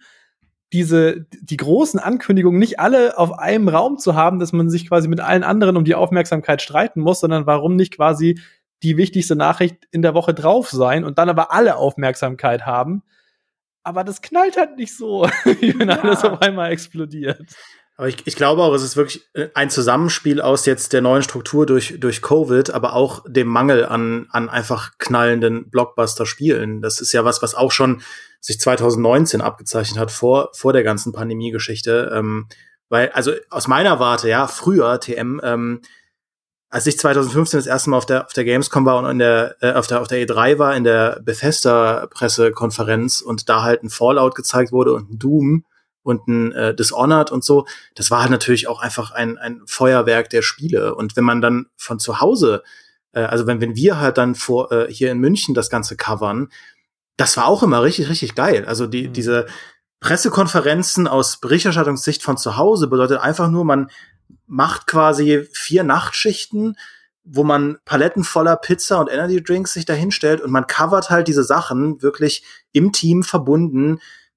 die großen Ankündigungen nicht alle auf einem Raum zu haben, dass man sich quasi mit allen anderen um die Aufmerksamkeit streiten muss, sondern warum nicht quasi die wichtigste Nachricht in der Woche drauf sein und dann aber alle Aufmerksamkeit haben. Aber das knallt halt nicht so, wie wenn alles auf einmal explodiert. Aber ich glaube auch, es ist wirklich ein Zusammenspiel aus jetzt der neuen Struktur durch Covid, aber auch dem Mangel an einfach knallenden Blockbuster-Spielen. Das ist ja was auch schon sich 2019 abgezeichnet hat, vor der ganzen Pandemie-Geschichte. Weil, also aus meiner Warte, ja, früher, TM, als ich 2015 das erste Mal auf der Gamescom war und auf der E3 war, in der Bethesda-Pressekonferenz und da halt ein Fallout gezeigt wurde und ein Doom und ein Dishonored und so, das war halt natürlich auch einfach ein Feuerwerk der Spiele. Und wenn man dann von zu Hause, also wenn wir halt dann hier in München das Ganze covern, das war auch immer richtig, richtig geil. Also diese Pressekonferenzen aus Berichterstattungssicht von zu Hause bedeutet einfach nur, man macht quasi 4 Nachtschichten, wo man Paletten voller Pizza und Energy Drinks sich da hinstellt und man covert halt diese Sachen wirklich im Team verbunden,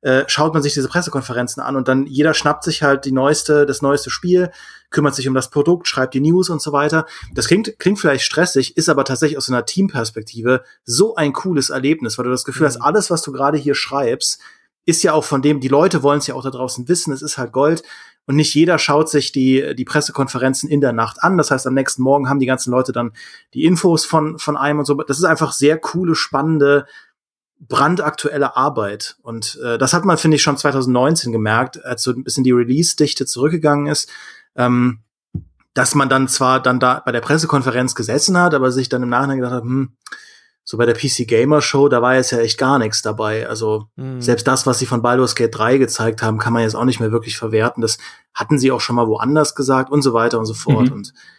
schaut man sich diese Pressekonferenzen an und dann jeder schnappt sich halt das neueste Spiel, kümmert sich um das Produkt, schreibt die News und so weiter. Das klingt vielleicht stressig, ist aber tatsächlich aus einer Teamperspektive so ein cooles Erlebnis, weil du das Gefühl hast, alles, was du gerade hier schreibst, ist ja auch von dem, die Leute wollen es ja auch da draußen wissen, es ist halt Gold. Und nicht jeder schaut sich die Pressekonferenzen in der Nacht an. Das heißt, am nächsten Morgen haben die ganzen Leute dann die Infos von einem und so. Das ist einfach sehr coole, spannende, brandaktuelle Arbeit. Und das hat man, finde ich, schon 2019 gemerkt, als so ein bisschen die Release-Dichte zurückgegangen ist, dass man dann zwar dann da bei der Pressekonferenz gesessen hat, aber sich dann im Nachhinein gedacht hat, so bei der PC Gamer Show, da war jetzt ja echt gar nichts dabei. Also selbst das, was sie von Baldur's Gate 3 gezeigt haben, kann man jetzt auch nicht mehr wirklich verwerten. Das hatten sie auch schon mal woanders gesagt und so weiter und so fort.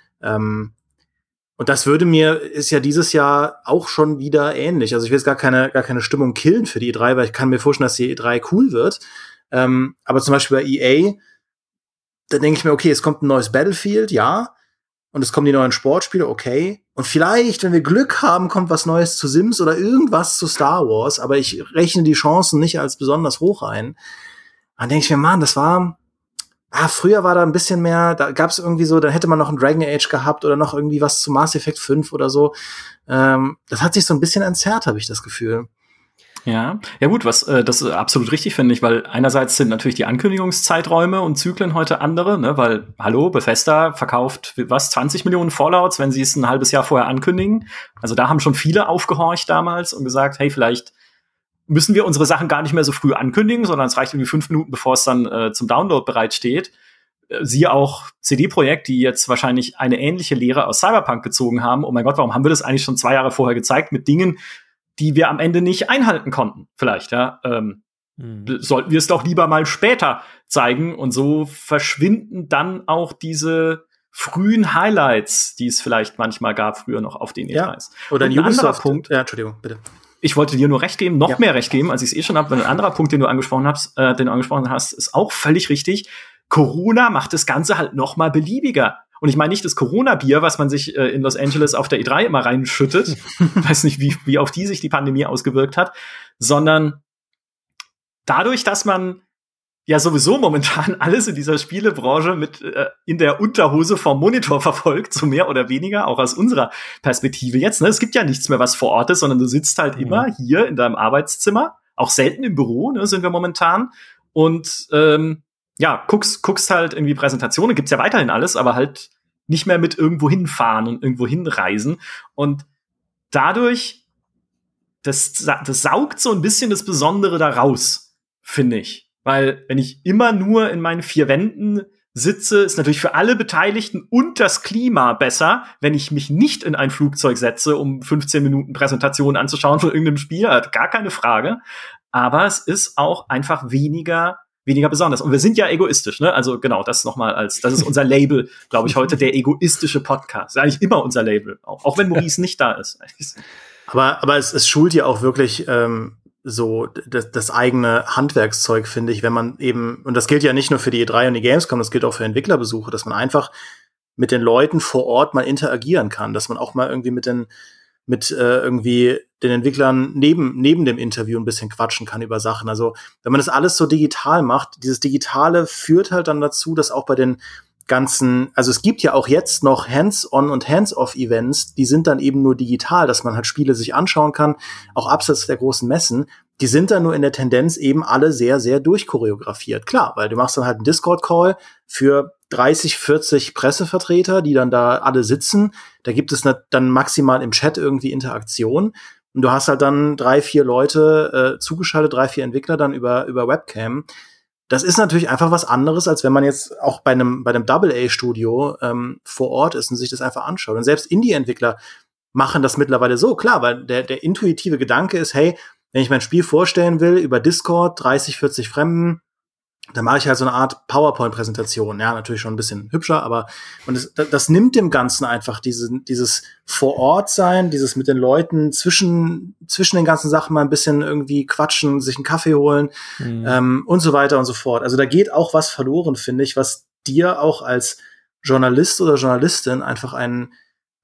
Und das ist ja dieses Jahr auch schon wieder ähnlich. Also ich will jetzt gar keine Stimmung killen für die E3, weil ich kann mir vorstellen, dass die E3 cool wird. Aber zum Beispiel bei EA, da denke ich mir, okay, es kommt ein neues Battlefield, ja. Und es kommen die neuen Sportspiele, okay. Und vielleicht, wenn wir Glück haben, kommt was Neues zu Sims oder irgendwas zu Star Wars. Aber ich rechne die Chancen nicht als besonders hoch ein. Dann denke ich mir, Mann, das war früher war da ein bisschen mehr, da gab es irgendwie so, dann hätte man noch ein Dragon Age gehabt oder noch irgendwie was zu Mass Effect 5 oder so. Das hat sich so ein bisschen entzerrt, habe ich das Gefühl. Ja gut, das ist absolut richtig, finde ich, weil einerseits sind natürlich die Ankündigungszeiträume und Zyklen heute andere, ne, weil, hallo, Bethesda verkauft 20 Millionen Fallouts, wenn sie es ein halbes Jahr vorher ankündigen. Also da haben schon viele aufgehorcht damals und gesagt, hey, vielleicht müssen wir unsere Sachen gar nicht mehr so früh ankündigen, sondern es reicht irgendwie 5 Minuten, bevor es dann zum Download bereitsteht. Siehe auch CD Projekt, die jetzt wahrscheinlich eine ähnliche Lehre aus Cyberpunk gezogen haben. Oh mein Gott, warum haben wir das eigentlich schon 2 Jahre vorher gezeigt mit Dingen, die wir am Ende nicht einhalten konnten? Vielleicht, ja. Sollten wir es doch lieber mal später zeigen. Und so verschwinden dann auch diese frühen Highlights, die es vielleicht manchmal gab, früher noch auf den E3s. Oder ein Ubisoft Punkt. Ja, Entschuldigung, bitte. Ich wollte dir nur recht geben, noch mehr recht geben, als ich es schon habe. Ein anderer Punkt, den du angesprochen hast, ist auch völlig richtig. Corona macht das Ganze halt noch mal beliebiger. Und ich meine nicht das Corona-Bier, was man sich in Los Angeles auf der E3 immer reinschüttet. Weiß nicht, wie auf die sich die Pandemie ausgewirkt hat. Sondern dadurch, dass man ja sowieso momentan alles in dieser Spielebranche mit in der Unterhose vom Monitor verfolgt, so mehr oder weniger, auch aus unserer Perspektive jetzt. Ne? Es gibt ja nichts mehr, was vor Ort ist, sondern du sitzt halt immer hier in deinem Arbeitszimmer, auch selten im Büro, ne, sind wir momentan. Und guckst halt irgendwie Präsentationen, gibt's ja weiterhin alles, aber halt nicht mehr mit irgendwo hinfahren und irgendwo hinreisen. Und dadurch, das saugt so ein bisschen das Besondere da raus, finde ich. Weil wenn ich immer nur in meinen 4 Wänden sitze, ist natürlich für alle Beteiligten und das Klima besser, wenn ich mich nicht in ein Flugzeug setze, um 15 Minuten Präsentation anzuschauen von irgendeinem Spiel, halt gar keine Frage. Aber es ist auch einfach weniger besonders. Und wir sind ja egoistisch, ne? Also genau, das ist unser Label, glaube ich, heute, der egoistische Podcast. Das ist eigentlich immer unser Label, auch wenn Maurice nicht da ist. Aber es schult ja auch wirklich so das eigene Handwerkszeug, finde ich, wenn man eben, und das gilt ja nicht nur für die E3 und die Gamescom, das gilt auch für Entwicklerbesuche, dass man einfach mit den Leuten vor Ort mal interagieren kann, dass man auch mal irgendwie mit irgendwie den Entwicklern neben dem Interview ein bisschen quatschen kann über Sachen. Also wenn man das alles so digital macht, dieses Digitale führt halt dann dazu, dass auch bei den ganzen, also es gibt ja auch jetzt noch Hands-on und Hands-off-Events, die sind dann eben nur digital, dass man halt Spiele sich anschauen kann, auch abseits der großen Messen. Die sind dann nur in der Tendenz eben alle sehr, sehr durchchoreografiert. Klar, weil du machst dann halt einen Discord-Call für 30, 40 Pressevertreter, die dann da alle sitzen. Da gibt es dann maximal im Chat irgendwie Interaktion. Und du hast halt dann 3, 4 Leute zugeschaltet, 3, 4 Entwickler dann über Webcam. Das ist natürlich einfach was anderes, als wenn man jetzt auch bei einem AA-Studio vor Ort ist und sich das einfach anschaut. Und selbst Indie-Entwickler machen das mittlerweile so, klar, weil der intuitive Gedanke ist, hey, wenn ich mein Spiel vorstellen will über Discord, 30, 40 Fremden, dann mache ich halt so eine Art PowerPoint-Präsentation. Ja, natürlich schon ein bisschen hübscher, aber das nimmt dem Ganzen einfach dieses Vor-Ort-Sein, dieses mit den Leuten zwischen den ganzen Sachen mal ein bisschen irgendwie quatschen, sich einen Kaffee holen und so weiter und so fort. Also da geht auch was verloren, finde ich, was dir auch als Journalist oder Journalistin einfach einen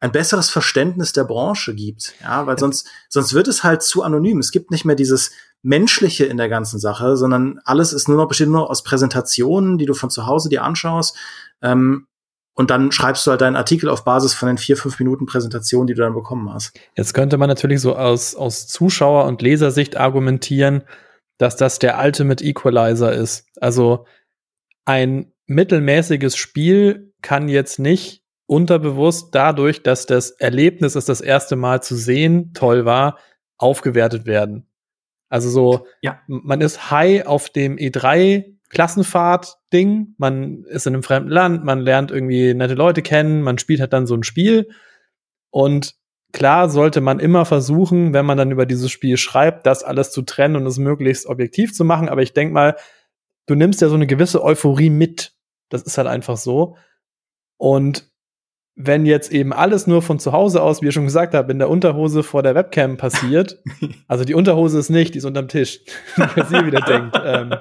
ein besseres Verständnis der Branche gibt. Ja, weil sonst wird es halt zu anonym. Es gibt nicht mehr dieses Menschliche in der ganzen Sache, sondern alles besteht nur aus Präsentationen, die du von zu Hause dir anschaust. Und dann schreibst du halt deinen Artikel auf Basis von den 4-5 Minuten Präsentation, die du dann bekommen hast. Jetzt könnte man natürlich so aus Zuschauer- und Lesersicht argumentieren, dass das der Ultimate Equalizer ist. Also ein mittelmäßiges Spiel kann jetzt nicht unterbewusst dadurch, dass das Erlebnis, es das erste Mal zu sehen, toll war, aufgewertet werden. Also so, man ist high auf dem E3-Klassenfahrt-Ding, man ist in einem fremden Land, man lernt irgendwie nette Leute kennen, man spielt halt dann so ein Spiel. Und klar sollte man immer versuchen, wenn man dann über dieses Spiel schreibt, das alles zu trennen und es möglichst objektiv zu machen. Aber ich denke mal, du nimmst ja so eine gewisse Euphorie mit. Das ist halt einfach so. Und wenn jetzt eben alles nur von zu Hause aus, wie ich schon gesagt habe, in der Unterhose vor der Webcam passiert, also die Unterhose ist nicht, die ist unterm Tisch, was ihr wieder denkt.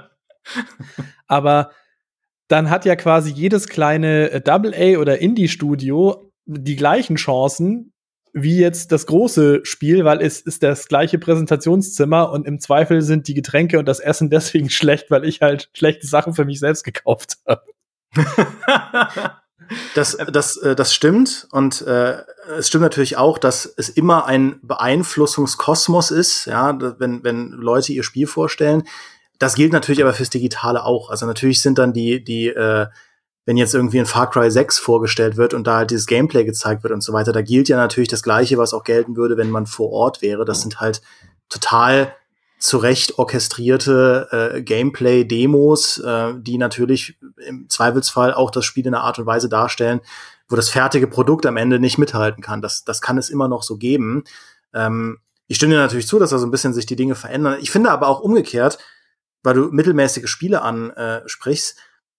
Aber dann hat ja quasi jedes kleine AA- oder Indie-Studio die gleichen Chancen wie jetzt das große Spiel, weil es ist das gleiche Präsentationszimmer und im Zweifel sind die Getränke und das Essen deswegen schlecht, weil ich halt schlechte Sachen für mich selbst gekauft habe. Das stimmt und es stimmt natürlich auch, dass es immer ein Beeinflussungskosmos ist, ja, wenn Leute ihr Spiel vorstellen. Das gilt natürlich aber fürs Digitale auch. Also natürlich sind dann wenn jetzt irgendwie ein Far Cry 6 vorgestellt wird und da halt dieses Gameplay gezeigt wird und so weiter, da gilt ja natürlich das Gleiche, was auch gelten würde, wenn man vor Ort wäre. Das sind halt total zurecht orchestrierte Gameplay-Demos, die natürlich im Zweifelsfall auch das Spiel in einer Art und Weise darstellen, wo das fertige Produkt am Ende nicht mithalten kann. Das kann es immer noch so geben. Ich stimme dir natürlich zu, dass da so ein bisschen sich die Dinge verändern. Ich finde aber auch umgekehrt, weil du mittelmäßige Spiele ansprichst,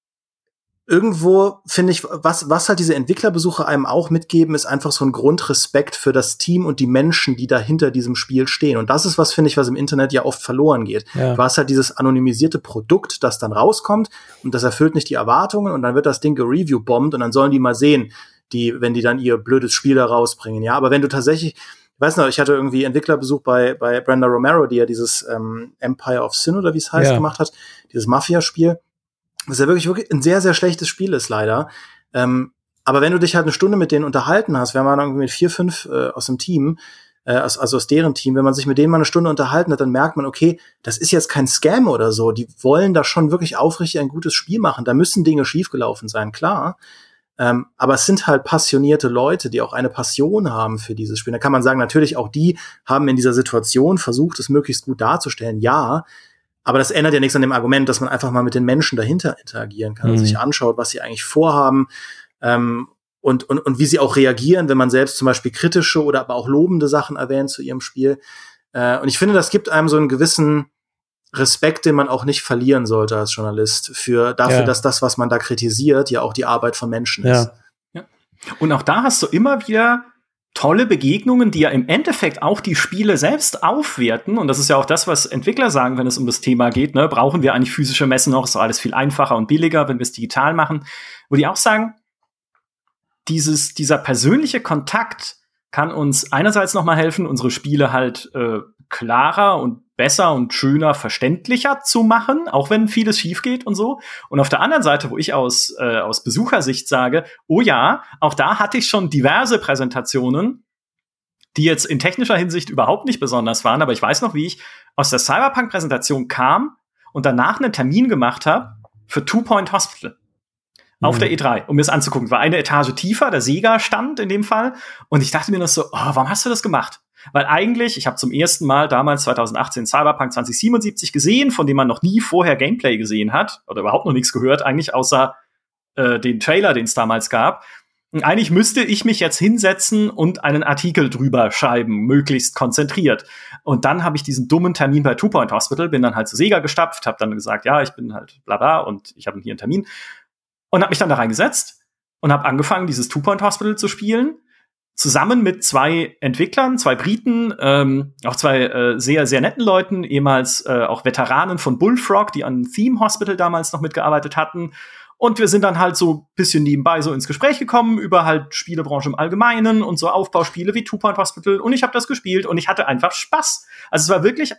irgendwo finde ich, was halt diese Entwicklerbesuche einem auch mitgeben, ist einfach so ein Grundrespekt für das Team und die Menschen, die da hinter diesem Spiel stehen. Und das ist was, finde ich, was im Internet ja oft verloren geht. Ja. Du hast halt dieses anonymisierte Produkt, das dann rauskommt und das erfüllt nicht die Erwartungen und dann wird das Ding gereview-bombt und dann sollen die mal sehen, wenn die dann ihr blödes Spiel da rausbringen. Ja, aber wenn du tatsächlich, ich weiß noch, ich hatte irgendwie Entwicklerbesuch bei Brenda Romero, die ja dieses Empire of Sin oder wie es heißt gemacht hat, dieses Mafia-Spiel. Was ja wirklich ein sehr, sehr schlechtes Spiel ist, leider. Aber wenn du dich halt eine Stunde mit denen unterhalten hast, wir waren irgendwie mit 4, 5 aus dem Team, also aus deren Team, wenn man sich mit denen mal eine Stunde unterhalten hat, dann merkt man, okay, das ist jetzt kein Scam oder so. Die wollen da schon wirklich aufrichtig ein gutes Spiel machen. Da müssen Dinge schiefgelaufen sein, klar. Aber es sind halt passionierte Leute, die auch eine Passion haben für dieses Spiel. Da kann man sagen, natürlich auch die haben in dieser Situation versucht, es möglichst gut darzustellen, ja. Aber das ändert ja nichts an dem Argument, dass man einfach mal mit den Menschen dahinter interagieren kann und sich anschaut, was sie eigentlich vorhaben und wie sie auch reagieren, wenn man selbst zum Beispiel kritische oder aber auch lobende Sachen erwähnt zu ihrem Spiel. Und ich finde, das gibt einem so einen gewissen Respekt, den man auch nicht verlieren sollte als Journalist dafür, dass das, was man da kritisiert, ja auch die Arbeit von Menschen ist. Ja. Und auch da hast du immer wieder tolle Begegnungen, die ja im Endeffekt auch die Spiele selbst aufwerten. Und das ist ja auch das, was Entwickler sagen, wenn es um das Thema geht. Ne? Brauchen wir eigentlich physische Messen noch? Ist doch alles viel einfacher und billiger, wenn wir es digital machen. Wo die auch sagen, dieser persönliche Kontakt kann uns einerseits noch mal helfen, unsere Spiele halt klarer und besser und schöner verständlicher zu machen, auch wenn vieles schief geht und so. Und auf der anderen Seite, wo ich aus Besuchersicht sage, oh ja, auch da hatte ich schon diverse Präsentationen, die jetzt in technischer Hinsicht überhaupt nicht besonders waren, aber ich weiß noch, wie ich aus der Cyberpunk-Präsentation kam und danach einen Termin gemacht habe für Two Point Hospital. Auf der E3, um mir das anzugucken. War eine Etage tiefer, der Sega-Stand in dem Fall. Und ich dachte mir noch so, warum hast du das gemacht? Weil eigentlich, ich habe zum ersten Mal damals 2018 Cyberpunk 2077 gesehen, von dem man noch nie vorher Gameplay gesehen hat. Oder überhaupt noch nichts gehört, eigentlich außer den Trailer, den es damals gab. Und eigentlich müsste ich mich jetzt hinsetzen und einen Artikel drüber schreiben, möglichst konzentriert. Und dann habe ich diesen dummen Termin bei Two Point Hospital, bin dann halt zu Sega gestapft, habe dann gesagt, ja, ich bin halt bla bla und ich habe hier einen Termin. Und habe mich dann da reingesetzt und habe angefangen, dieses Two Point Hospital zu spielen, zusammen mit 2 Entwicklern, 2 Briten, auch 2 sehr, sehr netten Leuten, ehemals auch Veteranen von Bullfrog, die an Theme Hospital damals noch mitgearbeitet hatten. Und wir sind dann halt so ein bisschen nebenbei so ins Gespräch gekommen über halt Spielebranche im Allgemeinen und so Aufbauspiele wie Two Point Hospital. Und ich habe das gespielt und ich hatte einfach Spaß. Also es war wirklich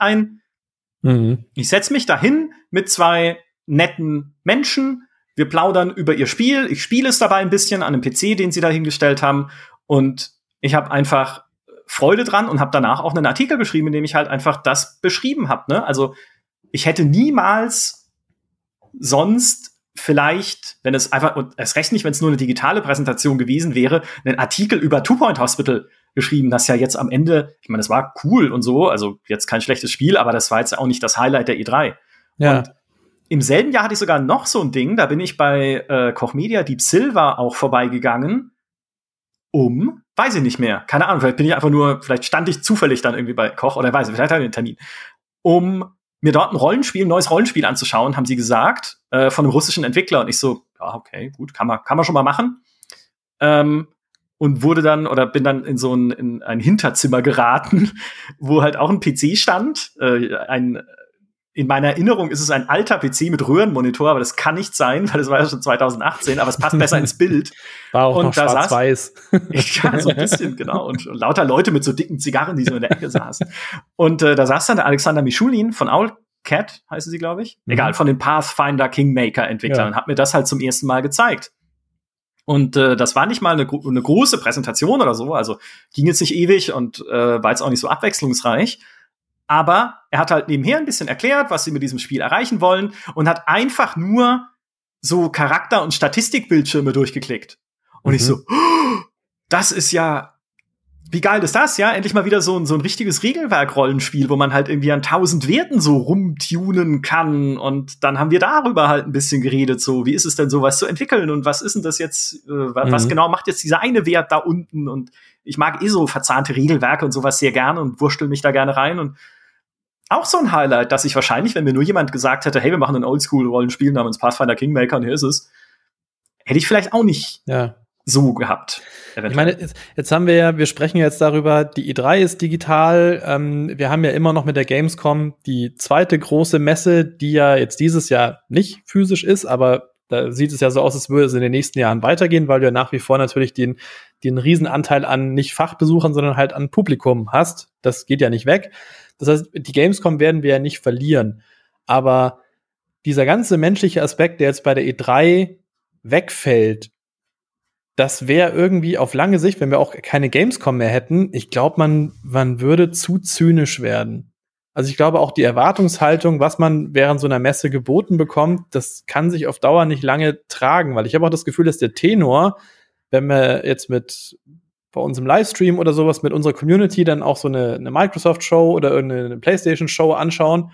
ich setze mich dahin mit 2 netten Menschen. Wir plaudern über ihr Spiel. Ich spiele es dabei ein bisschen an einem PC, den sie da hingestellt haben. Und ich habe einfach Freude dran und habe danach auch einen Artikel geschrieben, in dem ich halt einfach das beschrieben habe. Ne? Also ich hätte niemals sonst vielleicht, wenn es einfach, und erst recht nicht, wenn es nur eine digitale Präsentation gewesen wäre, einen Artikel über Two Point Hospital geschrieben, das ja jetzt am Ende, ich meine, das war cool und so, also jetzt kein schlechtes Spiel, aber das war jetzt auch nicht das Highlight der E3. Ja. Und im selben Jahr hatte ich sogar noch so ein Ding, da bin ich bei Koch Media Deep Silver auch vorbeigegangen, weiß ich nicht mehr, keine Ahnung, vielleicht stand ich zufällig dann irgendwie bei Koch oder weiß ich, vielleicht hatte ich einen Termin, mir dort ein neues Rollenspiel anzuschauen, haben sie gesagt, von einem russischen Entwickler. Und ich so, ja, okay, gut, kann man schon mal machen. Und bin dann in ein Hinterzimmer geraten, wo halt auch ein PC stand. In meiner Erinnerung ist es ein alter PC mit Röhrenmonitor, aber das kann nicht sein, weil das war ja schon 2018, aber es passt besser ins Bild. War auch noch schwarz-weiß. Ja, so ein bisschen, genau. Und lauter Leute mit so dicken Zigarren, die so in der Ecke saßen. Und da saß dann der Alexander Mischulin von Owlcat, heißen sie, glaube ich. Egal, von den Pathfinder Kingmaker-Entwicklern. Und hat mir das halt zum ersten Mal gezeigt. Und das war nicht mal eine große Präsentation oder so, also ging jetzt nicht ewig und war jetzt auch nicht so abwechslungsreich. Aber er hat halt nebenher ein bisschen erklärt, was sie mit diesem Spiel erreichen wollen und hat einfach nur so Charakter- und Statistikbildschirme durchgeklickt. Und ich so, das ist ja, wie geil ist das, ja? Endlich mal wieder so ein richtiges Regelwerk-Rollenspiel, wo man halt irgendwie an 1000 Werten so rumtunen kann. Und dann haben wir darüber halt ein bisschen geredet, so, wie ist es denn, sowas zu entwickeln? Und was ist denn das jetzt, was genau macht jetzt dieser eine Wert da unten? Und ich mag so verzahnte Regelwerke und sowas sehr gerne und wurschtel mich da gerne rein. Und auch so ein Highlight, dass ich wahrscheinlich, wenn mir nur jemand gesagt hätte, hey, wir machen ein Oldschool-Rollenspiel namens Pathfinder Kingmaker und hier ist es, hätte ich vielleicht auch nicht so gehabt. Eventuell. Ich meine, jetzt haben wir sprechen jetzt darüber, die E3 ist digital, wir haben ja immer noch mit der Gamescom die zweite große Messe, die ja jetzt dieses Jahr nicht physisch ist, aber da sieht es ja so aus, als würde es in den nächsten Jahren weitergehen, weil du ja nach wie vor natürlich den Riesenanteil an nicht Fachbesuchern, sondern halt an Publikum hast. Das geht ja nicht weg. Das heißt, die Gamescom werden wir ja nicht verlieren. Aber dieser ganze menschliche Aspekt, der jetzt bei der E3 wegfällt, das wäre irgendwie auf lange Sicht, wenn wir auch keine Gamescom mehr hätten, ich glaube, man würde zu zynisch werden. Also ich glaube auch die Erwartungshaltung, was man während so einer Messe geboten bekommt, das kann sich auf Dauer nicht lange tragen, weil ich habe auch das Gefühl, dass der Tenor, wenn wir jetzt bei uns im Livestream oder sowas mit unserer Community dann auch so eine Microsoft-Show oder irgendeine PlayStation-Show anschauen,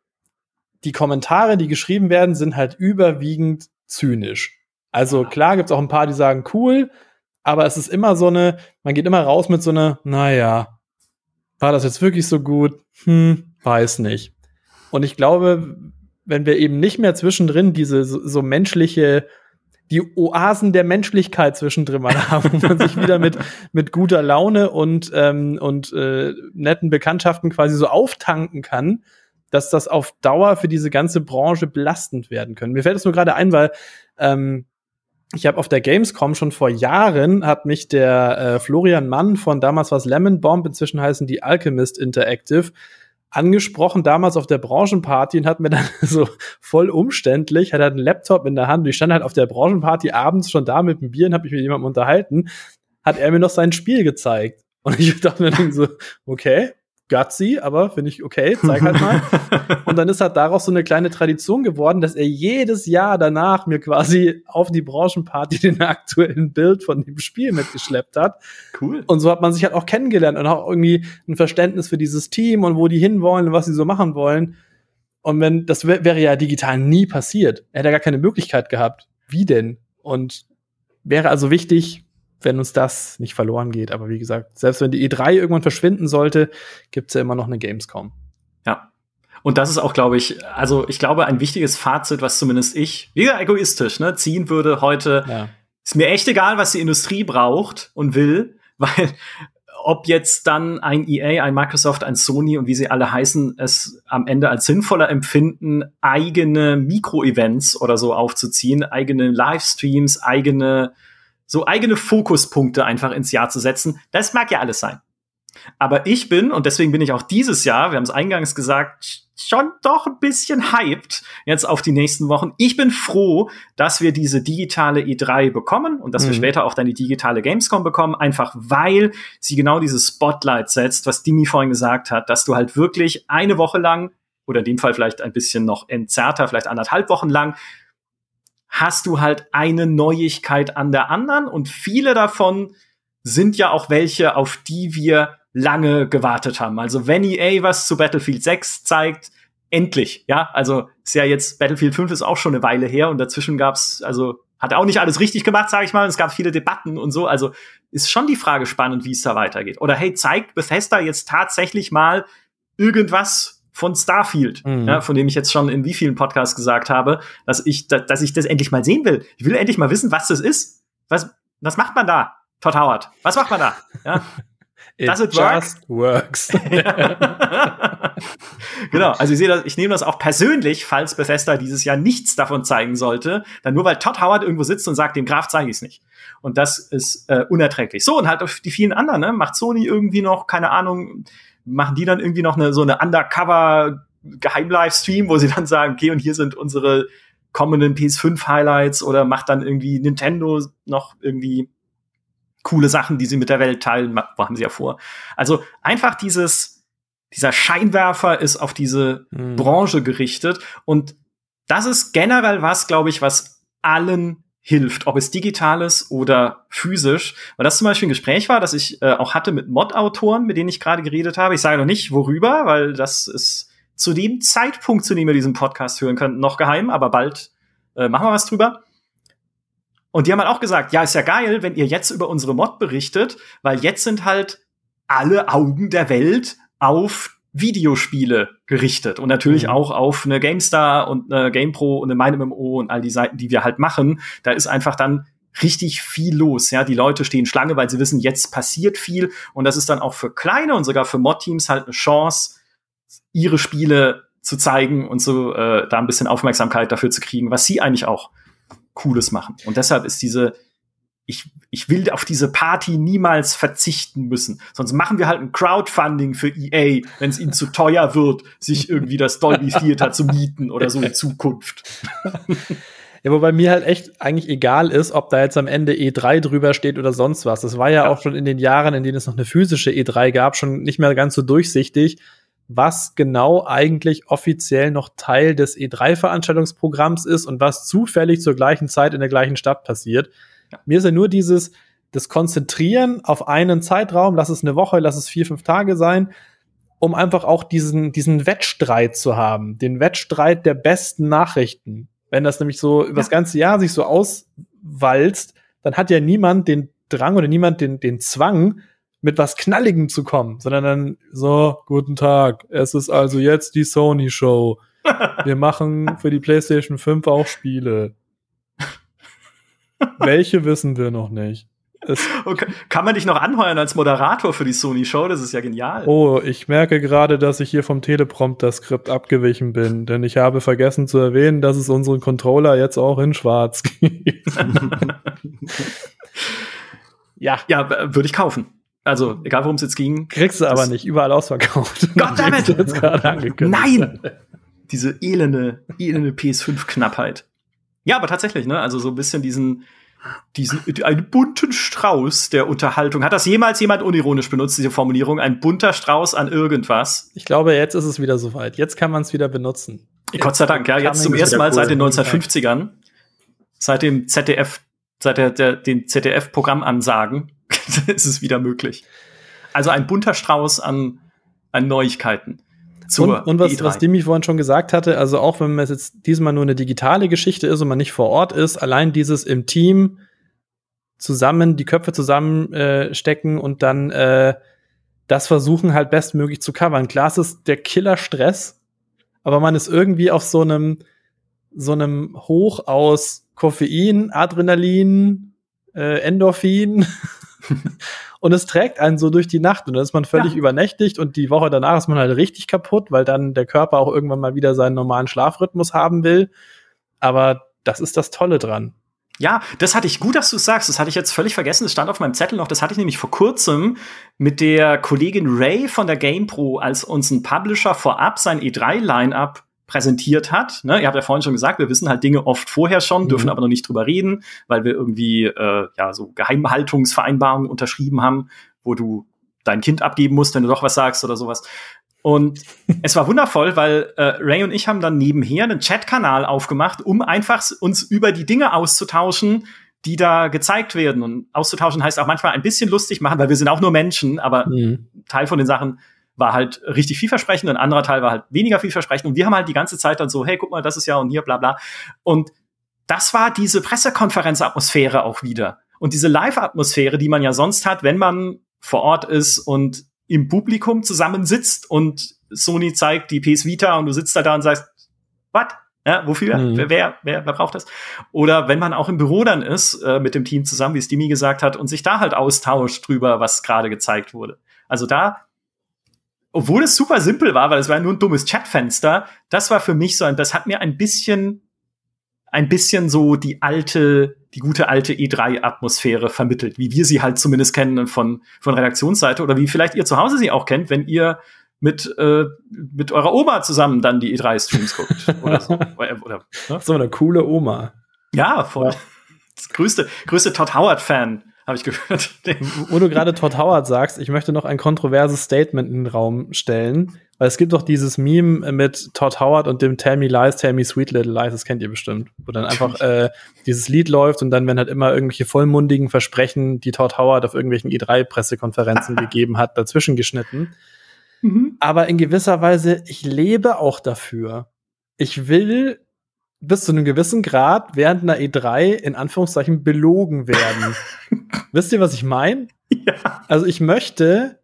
die Kommentare, die geschrieben werden, sind halt überwiegend zynisch. Also klar gibt's auch ein paar, die sagen cool, aber es ist immer man geht immer raus mit so einer, naja, war das jetzt wirklich so gut? Weiß nicht. Und ich glaube, wenn wir eben nicht mehr zwischendrin diese so menschliche, die Oasen der Menschlichkeit zwischendrin mal haben, wo man sich wieder mit guter Laune und netten Bekanntschaften quasi so auftanken kann, dass das auf Dauer für diese ganze Branche belastend werden können. Mir fällt es nur gerade ein, weil ich habe auf der Gamescom schon vor Jahren, hat mich der Florian Mann von damals was Lemon Bomb, inzwischen heißen die Alchemist Interactive, angesprochen, damals auf der Branchenparty, und hat mir dann so voll umständlich, hat einen Laptop in der Hand, und ich stand halt auf der Branchenparty abends schon da mit dem Bier und habe mich mit jemandem unterhalten, hat er mir noch sein Spiel gezeigt. Und ich dachte mir dann so, okay, gutsy, aber finde ich okay, zeig halt mal. Und dann ist halt daraus so eine kleine Tradition geworden, dass er jedes Jahr danach mir quasi auf die Branchenparty den aktuellen Bild von dem Spiel mitgeschleppt hat. Cool. Und so hat man sich halt auch kennengelernt und auch irgendwie ein Verständnis für dieses Team und wo die hinwollen und was sie so machen wollen. Und wenn, das wäre ja digital nie passiert. Er hätte ja gar keine Möglichkeit gehabt. Wie denn? Und wäre also wichtig, wenn uns das nicht verloren geht. Aber wie gesagt, selbst wenn die E3 irgendwann verschwinden sollte, gibt's ja immer noch eine Gamescom. Ja. Und das ist auch, glaube ich, ein wichtiges Fazit, was zumindest ich, wieder egoistisch, ziehen würde heute. Ja. Ist mir echt egal, was die Industrie braucht und will, weil ob jetzt dann ein EA, ein Microsoft, ein Sony und wie sie alle heißen, es am Ende als sinnvoller empfinden, eigene Mikro-Events oder so aufzuziehen, eigene Livestreams, eigene Fokuspunkte einfach ins Jahr zu setzen. Das mag ja alles sein. Aber ich bin, und deswegen bin ich auch dieses Jahr, wir haben es eingangs gesagt, schon doch ein bisschen hyped jetzt auf die nächsten Wochen. Ich bin froh, dass wir diese digitale E3 bekommen und dass wir später auch dann die digitale Gamescom bekommen, einfach weil sie genau dieses Spotlight setzt, was Dimi vorhin gesagt hat, dass du halt wirklich eine Woche lang, oder in dem Fall vielleicht ein bisschen noch entzerrter, vielleicht 1,5 Wochen lang, hast du halt eine Neuigkeit an der anderen und viele davon sind ja auch welche, auf die wir lange gewartet haben. Also wenn EA was zu Battlefield 6 zeigt, endlich, ja, also ist ja jetzt, Battlefield 5 ist auch schon eine Weile her und dazwischen gab's, also hat auch nicht alles richtig gemacht, sage ich mal, es gab viele Debatten und so, also ist schon die Frage spannend, wie es da weitergeht. Oder hey, zeigt Bethesda jetzt tatsächlich mal irgendwas von Starfield, ja, von dem ich jetzt schon in wie vielen Podcasts gesagt habe, dass ich das endlich mal sehen will. Ich will endlich mal wissen, was das ist. Was macht man da? Todd Howard. Was macht man da? Ja. Does it work? Just works. Genau, also ich nehme das auch persönlich, falls Bethesda dieses Jahr nichts davon zeigen sollte, dann nur weil Todd Howard irgendwo sitzt und sagt, dem Graf zeige ich es nicht. Und das ist unerträglich. So, und halt auf die vielen anderen, ne? Macht Sony irgendwie noch, keine Ahnung, machen die dann irgendwie noch so eine Undercover-Geheim-Livestream, wo sie dann sagen, okay, und hier sind unsere kommenden PS5-Highlights, oder macht dann irgendwie Nintendo noch irgendwie coole Sachen, die sie mit der Welt teilen, machen sie ja vor. Also einfach dieser Scheinwerfer ist auf diese Branche gerichtet und das ist generell was, glaube ich, was allen hilft, ob es digital ist oder physisch. Weil das zum Beispiel ein Gespräch war, das ich auch hatte mit Mod-Autoren, mit denen ich gerade geredet habe. Ich sage noch nicht, worüber, weil das ist zu dem Zeitpunkt, zu dem wir diesen Podcast hören könnten, noch geheim, aber bald machen wir was drüber. Und die haben halt auch gesagt, ja, ist ja geil, wenn ihr jetzt über unsere Mod berichtet, weil jetzt sind halt alle Augen der Welt auf Videospiele gerichtet und natürlich auch auf eine GameStar und eine GamePro und eine MeinMMO und all die Seiten, die wir halt machen. Da ist einfach dann richtig viel los, ja. Die Leute stehen Schlange, weil sie wissen, jetzt passiert viel und das ist dann auch für kleine und sogar für Mod-Teams halt eine Chance, ihre Spiele zu zeigen und so da ein bisschen Aufmerksamkeit dafür zu kriegen, was sie eigentlich auch Cooles machen. Und deshalb ist ich will auf diese Party niemals verzichten müssen. Sonst machen wir halt ein Crowdfunding für EA, wenn es ihnen zu teuer wird, sich irgendwie das Dolby Theater zu mieten oder so in Zukunft. Ja, wobei mir halt echt eigentlich egal ist, ob da jetzt am Ende E3 drüber steht oder sonst was. Das war ja auch schon in den Jahren, in denen es noch eine physische E3 gab, schon nicht mehr ganz so durchsichtig, was genau eigentlich offiziell noch Teil des E3-Veranstaltungsprogramms ist und was zufällig zur gleichen Zeit in der gleichen Stadt passiert. Ja. Mir ist ja nur das Konzentrieren auf einen Zeitraum, lass es eine Woche, lass es 4-5 Tage sein, um einfach auch diesen Wettstreit zu haben, den Wettstreit der besten Nachrichten. Wenn das nämlich so über das ganze Jahr sich so auswalzt, dann hat ja niemand den Drang oder niemand den Zwang, mit was Knalligem zu kommen, sondern dann so, guten Tag, es ist also jetzt die Sony-Show. Wir machen für die PlayStation 5 auch Spiele. Welche wissen wir noch nicht. Okay. Kann man dich noch anheuern als Moderator für die Sony-Show? Das ist ja genial. Oh, ich merke gerade, dass ich hier vom Teleprompter-Skript abgewichen bin, denn ich habe vergessen zu erwähnen, dass es unseren Controller jetzt auch in schwarz gibt. Ja, würde ich kaufen. Also, egal worum es jetzt ging. Kriegst du aber nicht, überall ausverkauft. Goddammit! Jetzt gerade angekündigt. Nein! Diese elende PS5-Knappheit. Ja, aber tatsächlich, ne? Also so ein bisschen einen bunten Strauß der Unterhaltung. Hat das jemals jemand unironisch benutzt, diese Formulierung? Ein bunter Strauß an irgendwas? Ich glaube, jetzt ist es wieder soweit. Jetzt kann man es wieder benutzen. Gott sei Dank, ja. Jetzt zum ersten Mal seit den 1950ern. Seit dem ZDF, den ZDF-Programmansagen ist es wieder möglich. Also ein bunter Strauß an Neuigkeiten. Und was Dimi vorhin schon gesagt hatte, also auch wenn es jetzt diesmal nur eine digitale Geschichte ist und man nicht vor Ort ist, allein dieses im Team zusammen, die Köpfe zusammenstecken und dann das versuchen halt bestmöglich zu covern. Klar, es ist der Killer-Stress, aber man ist irgendwie auf so einem Hoch aus Koffein, Adrenalin, Endorphin und es trägt einen so durch die Nacht und dann ist man völlig übernächtigt und die Woche danach ist man halt richtig kaputt, weil dann der Körper auch irgendwann mal wieder seinen normalen Schlafrhythmus haben will. Aber das ist das Tolle dran. Ja, das hatte ich, gut, dass du es sagst, das hatte ich jetzt völlig vergessen, das stand auf meinem Zettel noch, das hatte ich nämlich vor kurzem mit der Kollegin Ray von der GamePro, als uns ein Publisher vorab sein E3-Line-Up präsentiert hat. Ne? Ihr habt ja vorhin schon gesagt, wir wissen halt Dinge oft vorher schon, dürfen aber noch nicht drüber reden, weil wir irgendwie so Geheimhaltungsvereinbarungen unterschrieben haben, wo du dein Kind abgeben musst, wenn du doch was sagst oder sowas. Und es war wundervoll, weil Ray und ich haben dann nebenher einen Chatkanal aufgemacht, um einfach uns über die Dinge auszutauschen, die da gezeigt werden. Und auszutauschen heißt auch manchmal ein bisschen lustig machen, weil wir sind auch nur Menschen, aber Teil von den Sachen war halt richtig vielversprechend, ein anderer Teil war halt weniger vielversprechend. Und wir haben halt die ganze Zeit dann so, hey, guck mal, das ist ja und hier, bla bla. Und das war diese Pressekonferenzatmosphäre auch wieder. Und diese Live-Atmosphäre, die man ja sonst hat, wenn man vor Ort ist und im Publikum zusammensitzt und Sony zeigt die PS Vita und du sitzt da und sagst, was? Ja, wofür? Wer braucht das? Oder wenn man auch im Büro dann ist, mit dem Team zusammen, wie Stimi gesagt hat, und sich da halt austauscht drüber, was gerade gezeigt wurde. Also da, obwohl es super simpel war, weil es war nur ein dummes Chatfenster, das war für mich so das hat mir ein bisschen so die gute alte E3-Atmosphäre vermittelt, wie wir sie halt zumindest kennen von Redaktionsseite oder wie vielleicht ihr zu Hause sie auch kennt, wenn ihr mit eurer Oma zusammen dann die E3-Streams guckt oder so. Oder, ne? So eine coole Oma. Ja, voll. Das größte Todd Howard-Fan, habe ich gehört. Wo du gerade Todd Howard sagst, ich möchte noch ein kontroverses Statement in den Raum stellen, weil es gibt doch dieses Meme mit Todd Howard und dem Tell Me Lies, Tell Me Sweet Little Lies, das kennt ihr bestimmt, wo dann einfach dieses Lied läuft und dann werden halt immer irgendwelche vollmundigen Versprechen, die Todd Howard auf irgendwelchen E3-Pressekonferenzen gegeben hat, dazwischen geschnitten. Aber in gewisser Weise, ich lebe auch dafür. Ich will bis zu einem gewissen Grad während einer E3 in Anführungszeichen belogen werden. Wisst ihr, was ich meine? Ja. Also ich möchte